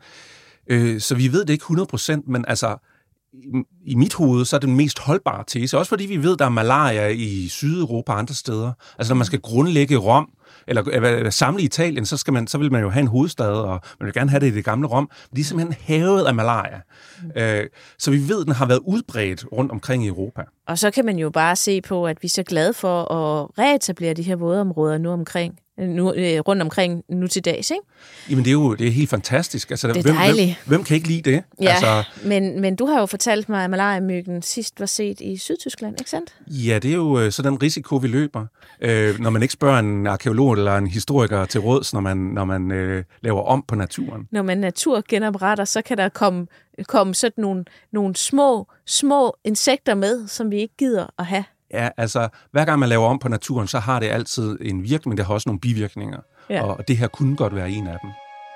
Øh, så vi ved det ikke hundrede procent, men altså, i, i mit hoved, så er det den mest holdbare tese. Også fordi vi ved, der er malaria i Sydeuropa og andre steder. Altså, når man skal grundlægge Rom, eller, eller samle Italien, så, skal man, så vil man jo have en hovedstad, og man vil gerne have det i det gamle Rom. Men de er simpelthen havet af malaria. Mm. Øh, så vi ved, at den har været udbredt rundt omkring i Europa. Og så kan man jo bare se på, at vi er så glade for at reetablere de her vådområder nu omkring. Nu, øh, rundt omkring nu til dags, ikke? Jamen, det er jo det er helt fantastisk. Altså, det er hvem, dejligt. Hvem, hvem kan ikke lide det? Ja, altså, men, men du har jo fortalt mig, at malariamyggen sidst var set i Sydtyskland, ikke sandt? Ja, det er jo så den risiko, vi løber, øh, når man ikke spørger en arkeolog eller en historiker til råds, når man, når man øh, laver om på naturen. Når man naturgenopretter, så kan der komme, komme sådan nogle, nogle små, små insekter med, som vi ikke gider at have. Ja, altså, hver gang man laver om på naturen, så har det altid en virkning, men det har også nogle bivirkninger. Ja. Og det her kunne godt være en af dem.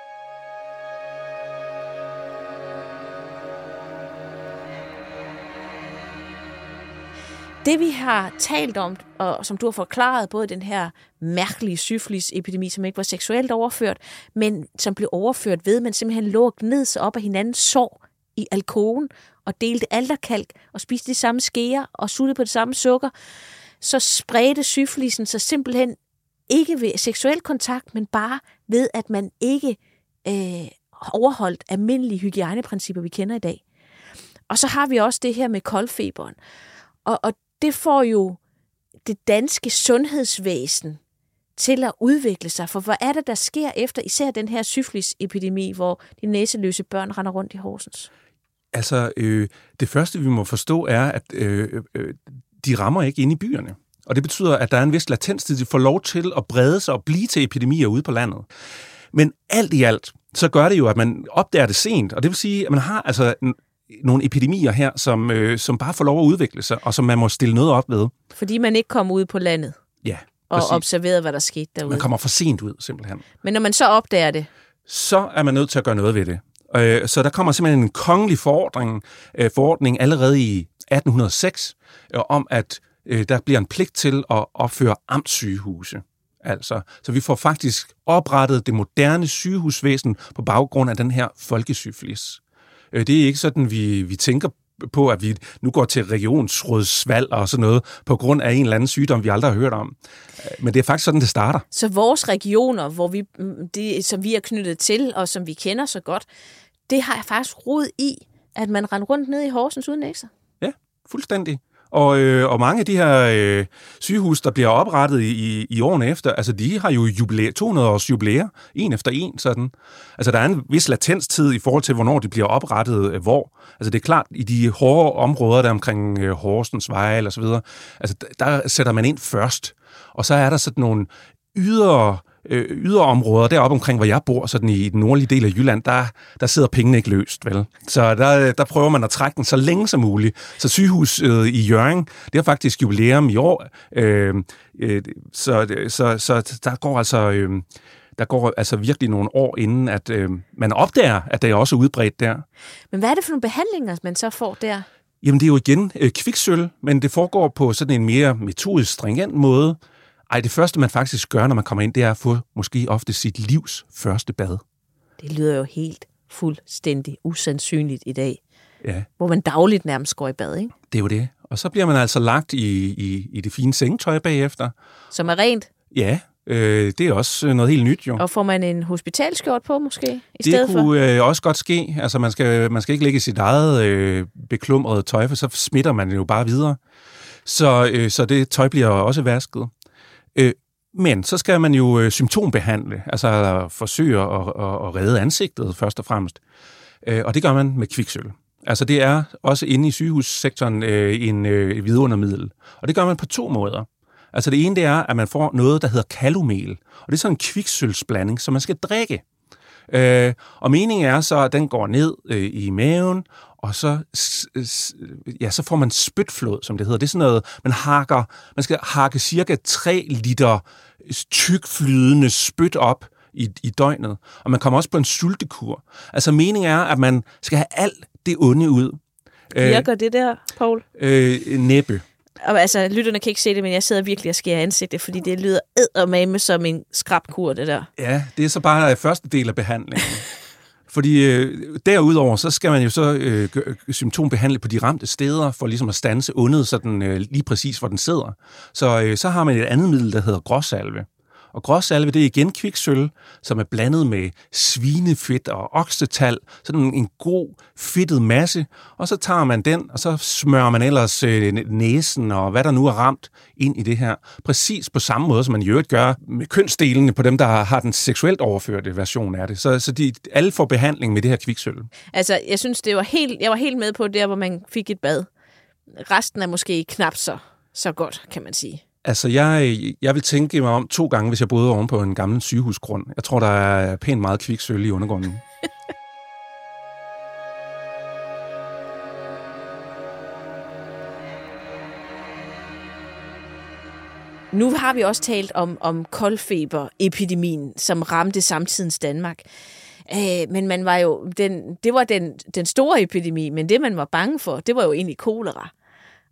Det vi har talt om, og som du har forklaret, både den her mærkelige syfilis-epidemi, som ikke var seksuelt overført, men som blev overført ved, man simpelthen lå ned sig op af hinandens sår i alkoven og delte alterkalk og spiste de samme skeer og suttede på det samme sukker, så spredte syfilisen sig simpelthen ikke ved seksuel kontakt, men bare ved, at man ikke øh, overholdt almindelige hygiejneprincipper, vi kender i dag. Og så har vi også det her med koldfeberen. Og, og det får jo det danske sundhedsvæsen til at udvikle sig. For hvad er det, der sker efter især den her syfilisepidemi, hvor de næseløse børn render rundt i Horsens? Altså, øh, det første, vi må forstå, er, at øh, øh, de rammer ikke inde i byerne. Og det betyder, at der er en vis latenstid, de får lov til at brede sig og blive til epidemier ude på landet. Men alt i alt, så gør det jo, at man opdager det sent. Og det vil sige, at man har altså nogle epidemier her, som, øh, som bare får lov at udvikle sig, og som man må stille noget op ved. Fordi man ikke kommer ud på landet? Ja, og observerede, hvad der skete derude. Man kommer for sent ud, simpelthen. Men når man så opdager det? Så er man nødt til at gøre noget ved det. Øh, så der kommer simpelthen en kongelig forordning, øh, forordning allerede i atten hundrede og seks, øh, om at øh, der bliver en pligt til at opføre amtssygehuse. Altså, så vi får faktisk oprettet det moderne sygehusvæsen på baggrund af den her folkesyfilis. Øh, det er ikke sådan, vi, vi tænker på, at vi nu går til regionsrådsvalg og sådan noget, på grund af en eller anden sygdom, vi aldrig har hørt om. Men det er faktisk sådan, det starter. Så vores regioner, hvor vi, det, som vi er knyttet til, og som vi kender så godt, det har faktisk rod i, at man render rundt ned i Horsens uden næser. Ja, fuldstændig. Og, øh, og mange af de her øh, sygehus, der bliver oprettet i, i, i årene efter, altså de har jo jubilæ- to hundrede års jubilæer, en efter en sådan. Altså der er en vis latenstid i forhold til, hvornår de bliver oprettet øh, hvor. Altså det er klart, i de hårde områder, der omkring øh, Horsens, Vejle og så videre, altså der sætter man ind først. Og så er der sådan nogle ydre øh, yderområder deroppe omkring, hvor jeg bor, sådan i den nordlige del af Jylland, der, der sidder pengene ikke løst, vel? Så der, der prøver man at trække den så længe som muligt. Så sygehuset i Hjørring, det har faktisk jubilæum i år, øh, øh, så, så, så der går altså... Øh, Der går altså virkelig nogle år inden, at øh, man opdager, at det er også udbredt der. Men hvad er det for nogle behandlinger, man så får der? Jamen det er jo igen øh, kviksølv, men det foregår på sådan en mere metodisk stringent måde. Ej, det første, man faktisk gør, når man kommer ind, det er at få måske ofte sit livs første bad. Det lyder jo helt fuldstændig usandsynligt i dag. Ja. Hvor man dagligt nærmest går i bad, ikke? Det er jo det. Og så bliver man altså lagt i, i, i det fine sengetøj bagefter. Som er rent? Ja, øh, det er også noget helt nyt jo. Og får man en hospitalskjort på måske i det stedet for? Det kunne øh, også godt ske. Altså man skal, man skal ikke lægge sit eget øh, beklumrede tøj, for så smitter man jo bare videre. Så, øh, så det tøj bliver også vasket. Øh, men så skal man jo øh, symptombehandle, altså forsøge at, at, at redde ansigtet først og fremmest. Øh, og det gør man med kviksølv. Altså det er også inde i sygehussektoren øh, en øh, vidundermiddel. Og det gør man på to måder. Altså det ene det er, at man får noget, der hedder kalomel. Og det er sådan en kviksølvsblanding, som man skal drikke. Øh, og meningen er så, at den går ned øh, i maven, og så, ja, så får man spytflåd, som det hedder. Det er sådan noget, man hakker, man skal hakke cirka tre liter tykflydende spyt op i, i døgnet. Og man kommer også på en sultekur. Altså meningen er, at man skal have alt det onde ud. Virker øh, det der, Poul? Øh, næppe. Og altså, lytterne kan ikke se det, men jeg sidder virkelig og skærer ansigtet, fordi det lyder eddermame som en skrabkur, det der. Ja, det er så bare første del af behandlingen. Fordi øh, derudover, så skal man jo så øh, symptombehandle på de ramte steder, for ligesom at standse ondet sådan, øh, lige præcis, hvor den sidder. Så, øh, så har man et andet middel, der hedder gråsalve. Og gråsalve, det er igen kviksølv, som er blandet med svinefedt og oksetal, sådan en god fedtet masse, og så tager man den, og så smører man ellers øh, næsen og hvad der nu er ramt ind i det her. Præcis på samme måde, som man i øvrigt gør med kønsdelene på dem, der har den seksuelt overførte version af det. Så, så de, alle får behandling med det her kviksølv. Altså, jeg synes, det var helt, jeg var helt med på der, hvor man fik et bad. Resten er måske knap så, så godt, kan man sige. Altså, jeg, jeg vil tænke mig om to gange, hvis jeg boede oven på en gammel sygehusgrund. Jeg tror, der er pænt meget kviksølv i undergrunden. Nu har vi også talt om, om koldfeberepidemien, som ramte samtidens Danmark. Øh, men man var jo den, det var den, den store epidemi, men det, man var bange for, det var jo egentlig kolera.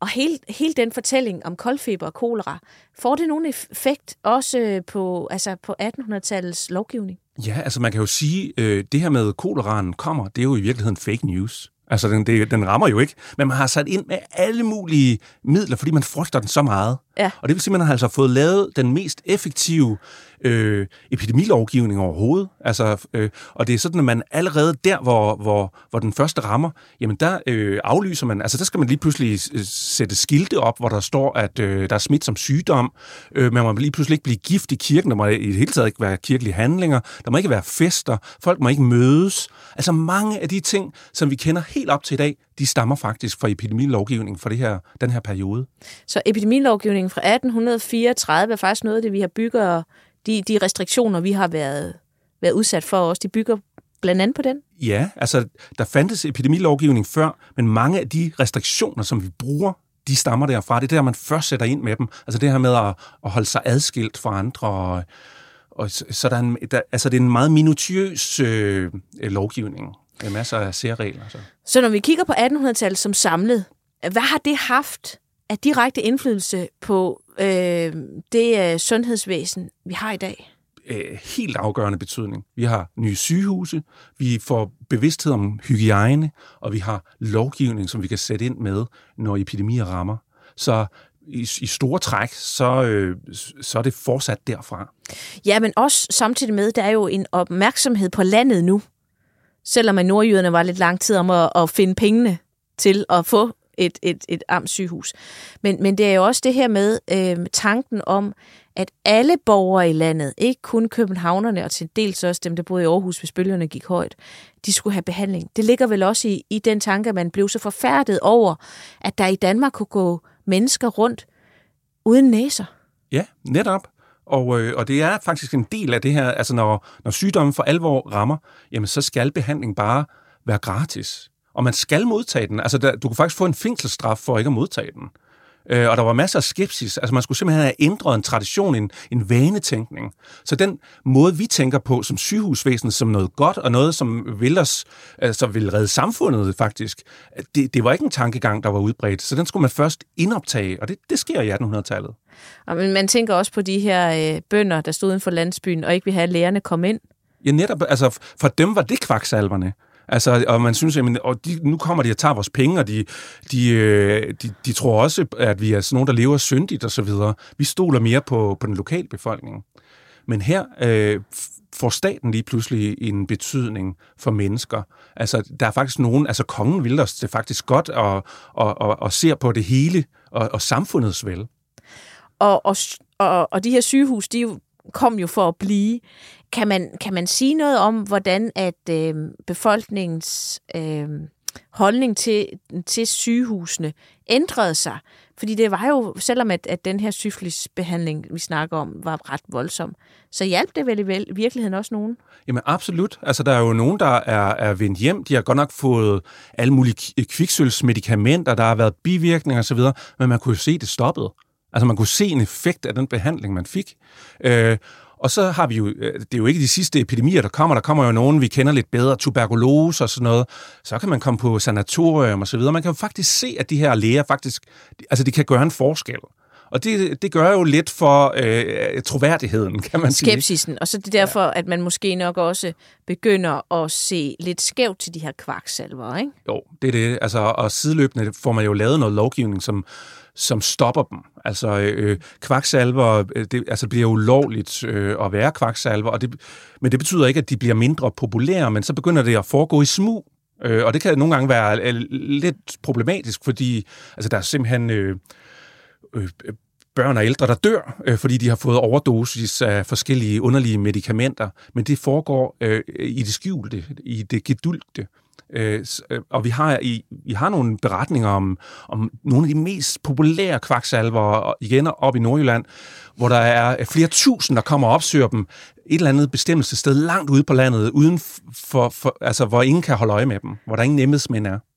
Og hele, hele den fortælling om koldfeber og kolera, får det nogen effekt også på, altså på attenhundredetallets lovgivning? Ja, altså man kan jo sige, øh, det her med koleraen kommer, det er jo i virkeligheden fake news. Altså den, det, den rammer jo ikke, men man har sat ind med alle mulige midler, fordi man frygter den så meget. Ja. Og det vil sige, at man har altså fået lavet den mest effektive øh, epidemilovgivning overhovedet. Altså, øh, og det er sådan, at man allerede der, hvor, hvor, hvor den første rammer, jamen der øh, aflyser man, altså der skal man lige pludselig sætte skilte op, hvor der står, at øh, der er smitsom sygdom. Øh, man må lige pludselig ikke blive gift i kirken, der må i det hele taget ikke være kirkelige handlinger, der må ikke være fester, folk må ikke mødes. Altså mange af de ting, som vi kender helt op til i dag, de stammer faktisk fra epidemilovgivningen for det her, den her periode. Så epidemilovgivningen fra atten fireogtredive er faktisk noget af det, vi har bygget, de, de restriktioner, vi har været, været udsat for os, de bygger blandt andet på den? Ja, altså der fandtes epidemilovgivning før, men mange af de restriktioner, som vi bruger, de stammer derfra. Det er der, man først sætter ind med dem. Altså det her med at, at holde sig adskilt fra andre. Og, og så der er en, der, altså det er en meget minutiøs øh, lovgivning. Der er masser af særregler. Så. så når vi kigger på attenhundredetallet som samlet, hvad har det haft af direkte indflydelse på øh, det øh, sundhedsvæsen, vi har i dag? Øh, helt afgørende betydning. Vi har nye sygehuse, vi får bevidsthed om hygiejne, og vi har lovgivning, som vi kan sætte ind med, når epidemier rammer. Så i, i store træk, så, øh, så er det fortsat derfra. Ja, men også samtidig med, der er jo en opmærksomhed på landet nu, selvom at nordjyderne var lidt lang tid om at, at finde pengene til at få et, et, et amtssygehus. Men, men det er jo også det her med øh, tanken om, at alle borgere i landet, ikke kun københavnerne og til dels også dem, der boede i Aarhus, hvis bølgerne gik højt, de skulle have behandling. Det ligger vel også i, i den tanke, at man blev så forfærdet over, at der i Danmark kunne gå mennesker rundt uden næser. Ja, netop. Og, øh, og det er faktisk en del af det her, altså når, når sygdommen for alvor rammer, jamen så skal behandling bare være gratis. Og man skal modtage den. Altså der, du kan faktisk få en fængselsstraf for ikke at modtage den. Øh, og der var masser af skepsis. Altså man skulle simpelthen have ændret en tradition, en, en vanetænkning. Så den måde, vi tænker på som sygehusvæsen, som noget godt, og noget, som vil os, altså vil redde samfundet faktisk, det, det var ikke en tankegang, der var udbredt. Så den skulle man først indoptage, og det, det sker i attenhundredetallet. Og men man tænker også på de her øh, bønder, der stod uden for landsbyen, og ikke vil have lægerne komme ind. Ja, netop. Altså for dem var det kvaksalverne. Altså, og man synes, jamen, og de, nu kommer de og tager vores penge, og de, de, de, de tror også, at vi er sådan nogen, der lever syndigt og så videre. Vi stoler mere på, på den lokale befolkning. Men her øh, får staten lige pludselig en betydning for mennesker. Altså, der er faktisk nogen, altså kongen vil os det faktisk godt, og, og, og, og ser på det hele, og, og samfundets vel. Og, og, og, og de her sygehus, de kom jo for at blive. Kan man, kan man sige noget om, hvordan at øh, befolkningens øh, holdning til, til sygehusene ændrede sig? Fordi det var jo, selvom at, at den her syfilisbehandling, vi snakker om, var ret voldsom, så hjalp det vel i virkeligheden også nogen? Jamen absolut. Altså der er jo nogen, der er, er vendt hjem. De har godt nok fået alle mulige kviksølvsmedikamenter, der har været bivirkninger osv., men man kunne jo se, at det stoppede. Altså man kunne se en effekt af den behandling, man fik. Øh, Og så har vi jo, det er jo ikke de sidste epidemier, der kommer. Der kommer jo nogen, vi kender lidt bedre, tuberkulose og sådan noget. Så kan man komme på sanatorium og så videre. Man kan jo faktisk se, at de her læger faktisk, altså de kan gøre en forskel. Og det, det gør jo lidt for øh, troværdigheden, kan man sige. Skepsisen. Og så er det derfor, ja. At man måske nok også begynder at se lidt skævt til de her kvaksalver, ikke? Jo, det er det. Altså, og sideløbende får man jo lavet noget lovgivning, som som stopper dem. Altså øh, kvaksalver, det altså, bliver ulovligt øh, at være kvaksalver, og det, men det betyder ikke, at de bliver mindre populære, men så begynder det at foregå i smug. Øh, og det kan nogle gange være øh, lidt problematisk, fordi altså, der er simpelthen øh, øh, børn og ældre, der dør, øh, fordi de har fået overdosis af forskellige underlige medicamenter, men det foregår øh, i det skjulte, i det gedulgte. Øh, og vi har, i, vi har nogle beretninger om, om nogle af de mest populære kvaksalver, igen op i Nordjylland, hvor der er flere tusind, der kommer og opsøger dem et eller andet bestemmelsessted langt ude på landet, uden for, for, altså, hvor ingen kan holde øje med dem, hvor der ingen embedsmænd er.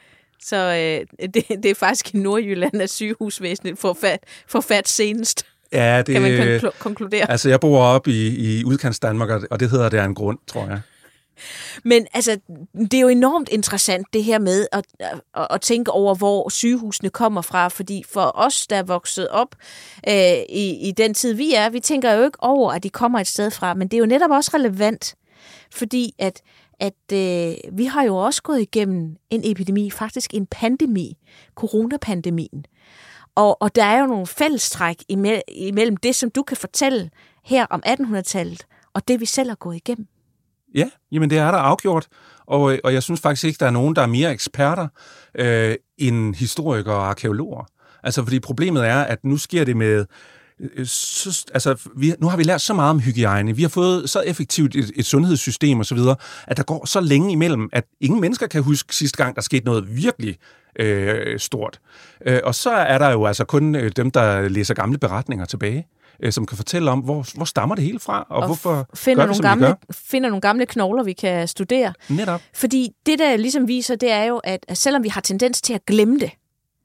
Så øh, det, det er faktisk i Nordjylland, at sygehusvæsenet får fat, får fat senest. Ja, det, kan man konkludere. Altså, jeg bor oppe i, i udkants Danmark, og det hedder, det er en grund, tror jeg. Men altså, det er jo enormt interessant det her med at, at, at tænke over, hvor sygehusene kommer fra, fordi for os, der er vokset op øh, i, i den tid, vi er, vi tænker jo ikke over, at de kommer et sted fra, men det er jo netop også relevant, fordi at, at øh, vi har jo også gået igennem en epidemi, faktisk en pandemi, coronapandemien. Og, og der er jo nogle fællestræk imellem det, som du kan fortælle her om attenhundredetallet, og det vi selv har gået igennem. Ja, jamen det er der afgjort, og, og jeg synes faktisk ikke, der er nogen, der er mere eksperter øh, end historikere og arkeologer. Altså, fordi problemet er, at nu sker det med... Øh, så, altså, vi, nu har vi lært så meget om hygiejne, vi har fået så effektivt et, et sundhedssystem osv., at der går så længe imellem, at ingen mennesker kan huske sidste gang, der skete noget virkelig øh, stort. Øh, og så er der jo altså kun øh, dem, der læser gamle beretninger tilbage, som kan fortælle om, hvor, hvor stammer det hele fra, og, og hvorfor finder gør vi, nogle gamle, finder nogle gamle knogler, vi kan studere. Netop. Fordi det, der ligesom viser, det er jo, at, at selvom vi har tendens til at glemme det,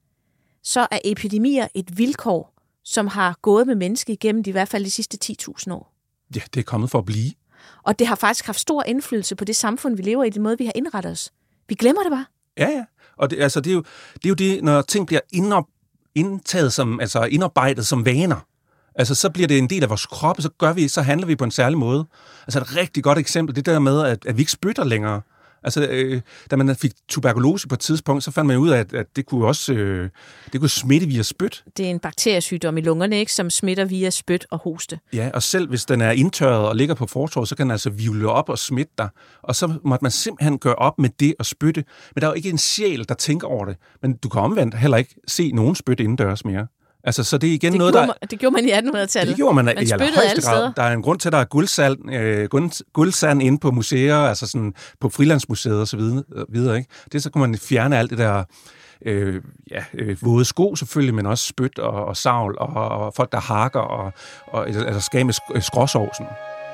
så er epidemier et vilkår, som har gået med mennesker igennem de, i hvert fald de sidste ti tusind år. Ja, det er kommet for at blive. Og det har faktisk haft stor indflydelse på det samfund, vi lever i, den måde, vi har indrettet os. Vi glemmer det bare. Ja, ja. Og det, altså, det, er jo, det er jo det, når ting bliver indop, indtaget som, altså indarbejdet som vaner. Altså, så bliver det en del af vores krop, og så gør vi, så handler vi på en særlig måde. Altså, et rigtig godt eksempel, det der med, at, at vi ikke spytter længere. Altså, øh, da man fik tuberkulose på et tidspunkt, så fandt man ud af, at, at det kunne også øh, det kunne smitte via spyt. Det er en bakteriesygdom i lungerne, ikke, som smitter via spyt og hoste. Ja, og selv hvis den er indtørret og ligger på fortovet, så kan den altså hvirvle op og smitte dig. Og så måtte man simpelthen gøre op med det og spytte. Men der er jo ikke en sjæl, der tænker over det. Men du kan omvendt heller ikke se nogen spytte indendørs mere. Altså, så det er igen det noget, der... Man, det gjorde man i attenhundredetallet. Det gjorde man, man i allerhøjeste grad. Der er en grund til, at der er guldsand, øh, guldsand inde på museer, altså sådan på Frilandsmuseet og så videre, videre, ikke? Det så kan man fjerne alt det der øh, ja, øh, våde sko selvfølgelig, men også spyt og, og savl og, og folk, der hakker og, og altså skal med skråsovsen.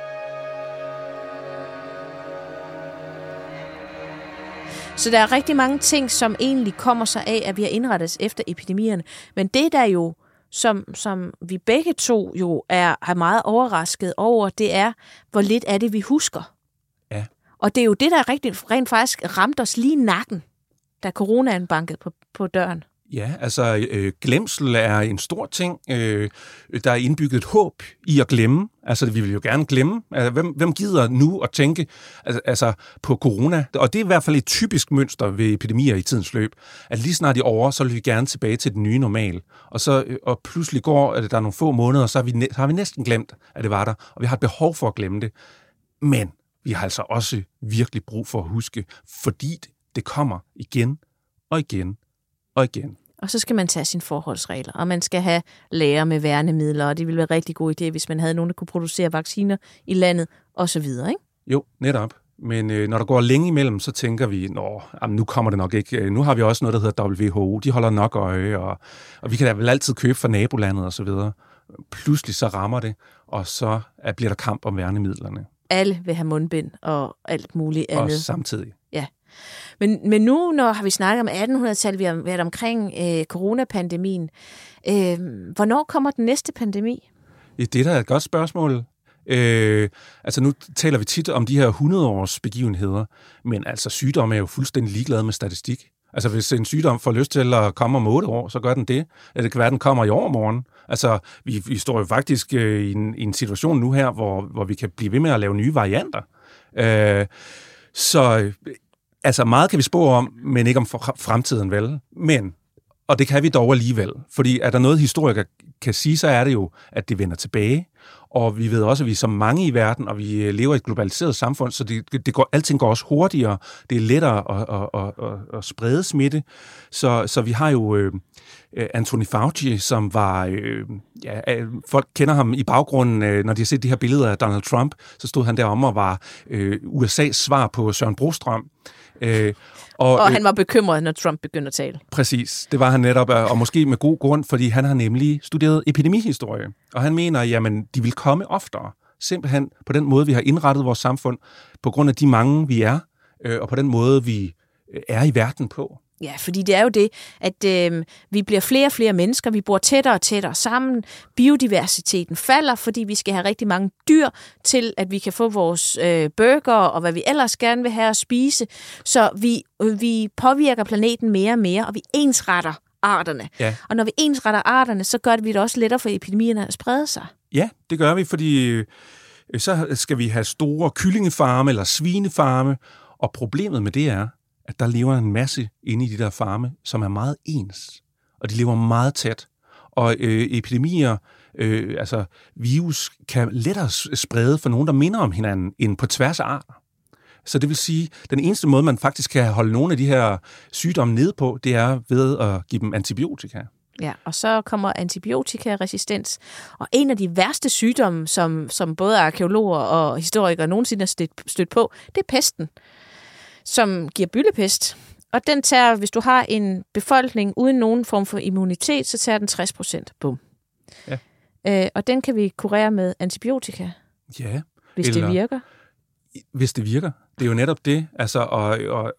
Så der er rigtig mange ting, som egentlig kommer sig af, at vi har indrettet efter epidemierne. Men det der jo, som, som vi begge to jo er, er meget overrasket over, det er, hvor lidt af det vi husker. Ja. Og det er jo det, der rigtig, rent faktisk ramte os lige i nakken, da coronaen bankede på, på døren. Ja, altså øh, glemsel er en stor ting. Øh, der er indbygget et håb i at glemme. Altså, vi vil jo gerne glemme. Altså, hvem, hvem gider nu at tænke altså, altså, på corona? Og det er i hvert fald et typisk mønster ved epidemier i tidens løb. At lige snart de er over, så vil vi gerne tilbage til den nye normal. Og, så, og pludselig går at der er nogle få måneder, så har, vi, så har vi næsten glemt, at det var der. Og vi har et behov for at glemme det. Men vi har altså også virkelig brug for at huske, fordi det kommer igen og igen og igen. Og så skal man tage sine forholdsregler, og man skal have læger med værnemidler, og det ville være en rigtig god idé, hvis man havde nogen, der kunne producere vacciner i landet, og så videre, ikke? Jo, netop. Men øh, når der går længe imellem, så tænker vi, nå, jamen, nu kommer det nok ikke. Nu har vi også noget, der hedder W H O. De holder nok øje, og, og vi kan da vel altid købe fra nabolandet og så videre. Pludselig så rammer det, og så bliver der kamp om værnemidlerne. Alle vil have mundbind og alt muligt andet. Og samtidig. Ja. Men, men nu, når har vi snakket om attenhundredetallet, vi har været omkring øh, coronapandemien. Øh, hvornår kommer den næste pandemi? Det er da et godt spørgsmål. Øh, altså nu taler vi tit om de her hundrede-års begivenheder, men altså sygdom er jo fuldstændig ligeglad med statistik. Altså hvis en sygdom får lyst til at komme om otte år, så gør den det. Det kan være, at den kommer i overmorgen. Altså vi, vi står jo faktisk øh, i, en, i en situation nu her, hvor, hvor vi kan blive ved med at lave nye varianter. Øh, så altså meget kan vi spå om, men ikke om fremtiden vel. Men, og det kan vi dog alligevel. Fordi er der noget historikere kan sige, så er det jo, at det vender tilbage. Og vi ved også, at vi er så mange i verden, og vi lever i et globaliseret samfund, så det, det går, alting går også hurtigere. Det er lettere at, at, at, at, at sprede smitte. Så, så vi har jo øh, Anthony Fauci, som var... Øh, ja, folk kender ham i baggrunden, øh, når de har set de her billeder af Donald Trump, så stod han derom og var øh, U S A's svar på Søren Brostrøm. Øh, og, og han var bekymret, når Trump begyndte at tale. Præcis, det var han netop, og måske med god grund, fordi han har nemlig studeret epidemihistorie. Og han mener, jamen, de vil komme oftere. Simpelthen på den måde, vi har indrettet vores samfund, på grund af de mange, vi er, øh, og på den måde, vi er i verden på. Ja, fordi det er jo det, at øh, vi bliver flere og flere mennesker, vi bor tættere og tættere sammen, biodiversiteten falder, fordi vi skal have rigtig mange dyr til, at vi kan få vores øh, burger og hvad vi ellers gerne vil have at spise. Så vi, øh, vi påvirker planeten mere og mere, og vi ensretter arterne. Ja. Og når vi ensretter arterne, så gør det vi det også lettere for epidemierne at sprede sig. Ja, det gør vi, fordi øh, så skal vi have store kyllingefarme eller svinefarme, og problemet med det er, at der lever en masse inde i de der farme, som er meget ens, og de lever meget tæt. Og øh, epidemier, øh, altså virus, kan lettere sprede for nogen, der minder om hinanden, end på tværs af arter. Så det vil sige, den eneste måde, man faktisk kan holde nogle af de her sygdomme nede på, det er ved at give dem antibiotika. Ja, og så kommer antibiotikaresistens. Og en af de værste sygdomme, som, som både arkæologer og historikere nogensinde har stødt, stødt på, det er pesten, som giver byllepest. Og den tager, hvis du har en befolkning uden nogen form for immunitet, så tager den tres procent. Bum. Ja. Øh, og den kan vi kurere med antibiotika. Ja. Hvis eller, det virker. Hvis det virker. Det er jo netop det. Altså, og, og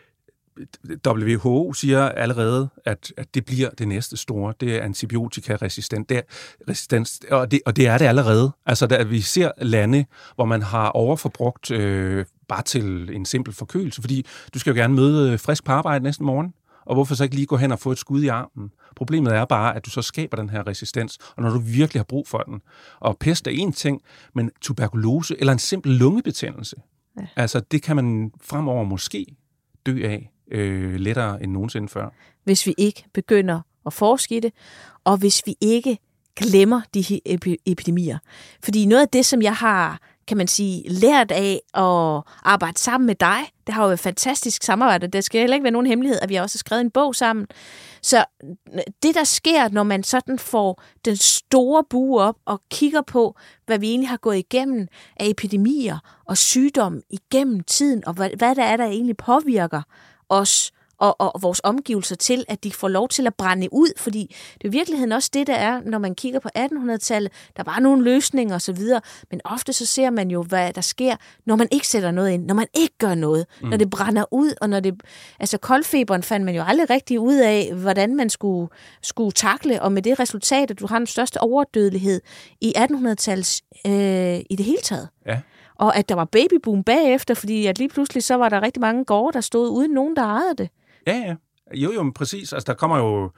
W H O siger allerede, at, at det bliver det næste store. Det er antibiotikaresistent. Det er resistens, og, det, og det er det allerede. Altså, der, vi ser lande, hvor man har overforbrugt øh, bare til en simpel forkølelse, fordi du skal jo gerne møde frisk på arbejde næste morgen, og hvorfor så ikke lige gå hen og få et skud i armen? Problemet er bare, at du så skaber den her resistens, og når du virkelig har brug for den. Og pest er en ting, men tuberkulose eller en simpel lungebetændelse, ja. Altså det kan man fremover måske dø af øh, lettere end nogensinde før. Hvis vi ikke begynder at forske i det, og hvis vi ikke glemmer de her epidemier. Fordi noget af det, som jeg har, kan man sige, lært af at arbejde sammen med dig, det har jo et fantastisk samarbejde. Det skal heller ikke være nogen hemmelighed, at vi også har skrevet en bog sammen. Så det, der sker, når man sådan får den store bue op og kigger på, hvad vi egentlig har gået igennem af epidemier og sygdom igennem tiden, og hvad, hvad der er, der egentlig påvirker os og, og vores omgivelser til, at de får lov til at brænde ud, fordi det er i virkeligheden også det, der er, når man kigger på attenhundredetallet. Der var nogle løsninger og så videre, men ofte så ser man jo, hvad der sker, når man ikke sætter noget ind, når man ikke gør noget, mm. når det brænder ud, og når det, altså koldfeberen fandt man jo aldrig rigtig ud af, hvordan man skulle, skulle takle, og med det resultat, at du har den største overdødelighed i attenhundredetallet øh, i det hele taget. Ja. Og at der var babyboom bagefter, fordi at lige pludselig så var der rigtig mange gårde, der stod uden nogen, der ejede det. Ja, ja. Jo, jo, præcis. Altså, der kommer jo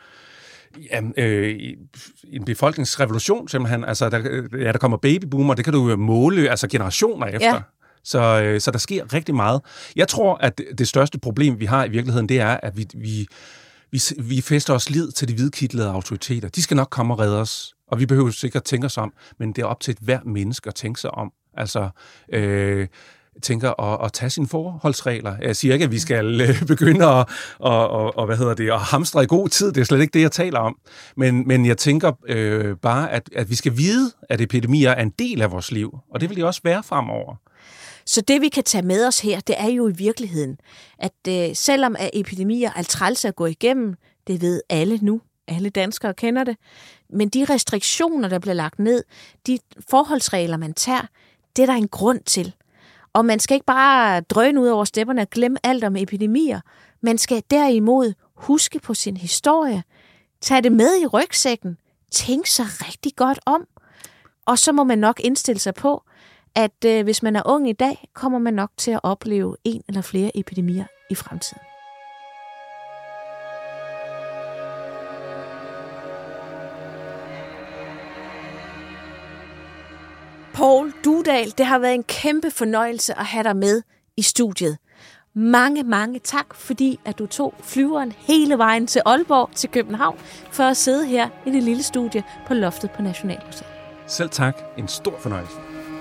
ja, øh, en befolkningsrevolution, simpelthen. Altså, der, ja, der kommer babyboom, og det kan du måle altså generationer efter. Ja. Så, øh, så der sker rigtig meget. Jeg tror, at det største problem, vi har i virkeligheden, det er, at vi, vi, vi, vi fæster os lid til de hvidkitlede autoriteter. De skal nok komme og redde os, og vi behøver sikkert tænke os om, men det er op til et hver menneske at tænke sig om. Altså, øh, tænker at, at tage sine forholdsregler. Jeg siger ikke, at vi skal øh, begynde at, og, og, og, hvad hedder det, at hamstre i god tid. Det er slet ikke det, jeg taler om. Men, men jeg tænker øh, bare, at, at vi skal vide, at epidemier er en del af vores liv. Og det vil de også være fremover. Så det, vi kan tage med os her, det er jo i virkeligheden, at øh, selvom at epidemier er træls at gå igennem, det ved alle nu. Alle danskere kender det. Men de restriktioner, der bliver lagt ned, de forholdsregler, man tager, det er der en grund til. Og man skal ikke bare drøne ud over stepperne og glemme alt om epidemier. Man skal derimod huske på sin historie, tage det med i rygsækken, tænke sig rigtig godt om. Og så må man nok indstille sig på, at øh, hvis man er ung i dag, kommer man nok til at opleve en eller flere epidemier i fremtiden. Poul Duedahl, det har været en kæmpe fornøjelse at have dig med i studiet. Mange, mange tak, fordi at du tog flyveren hele vejen til Aalborg, til København, for at sidde her i det lille studie på loftet på Nationalmuseet. Selv tak. En stor fornøjelse.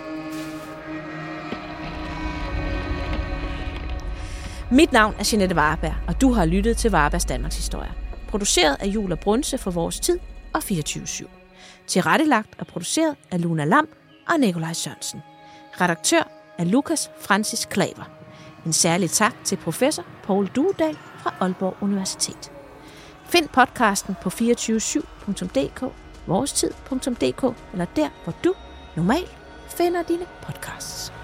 Mit navn er Jeanette Varberg, og du har lyttet til Varbergs Danmarks Historie. Produceret af Jul og Brunse for Vores Tid og fireogtyve syv. Tilrettelagt og produceret af Luna Lam og Nikolaj Sørensen. Redaktør er Lukas Francis Klaver. En særlig tak til professor Poul Duedahl fra Aalborg Universitet. Find podcasten på fireogtyve syv punktum d k, vorestid punktum d k eller der, hvor du normalt finder dine podcasts.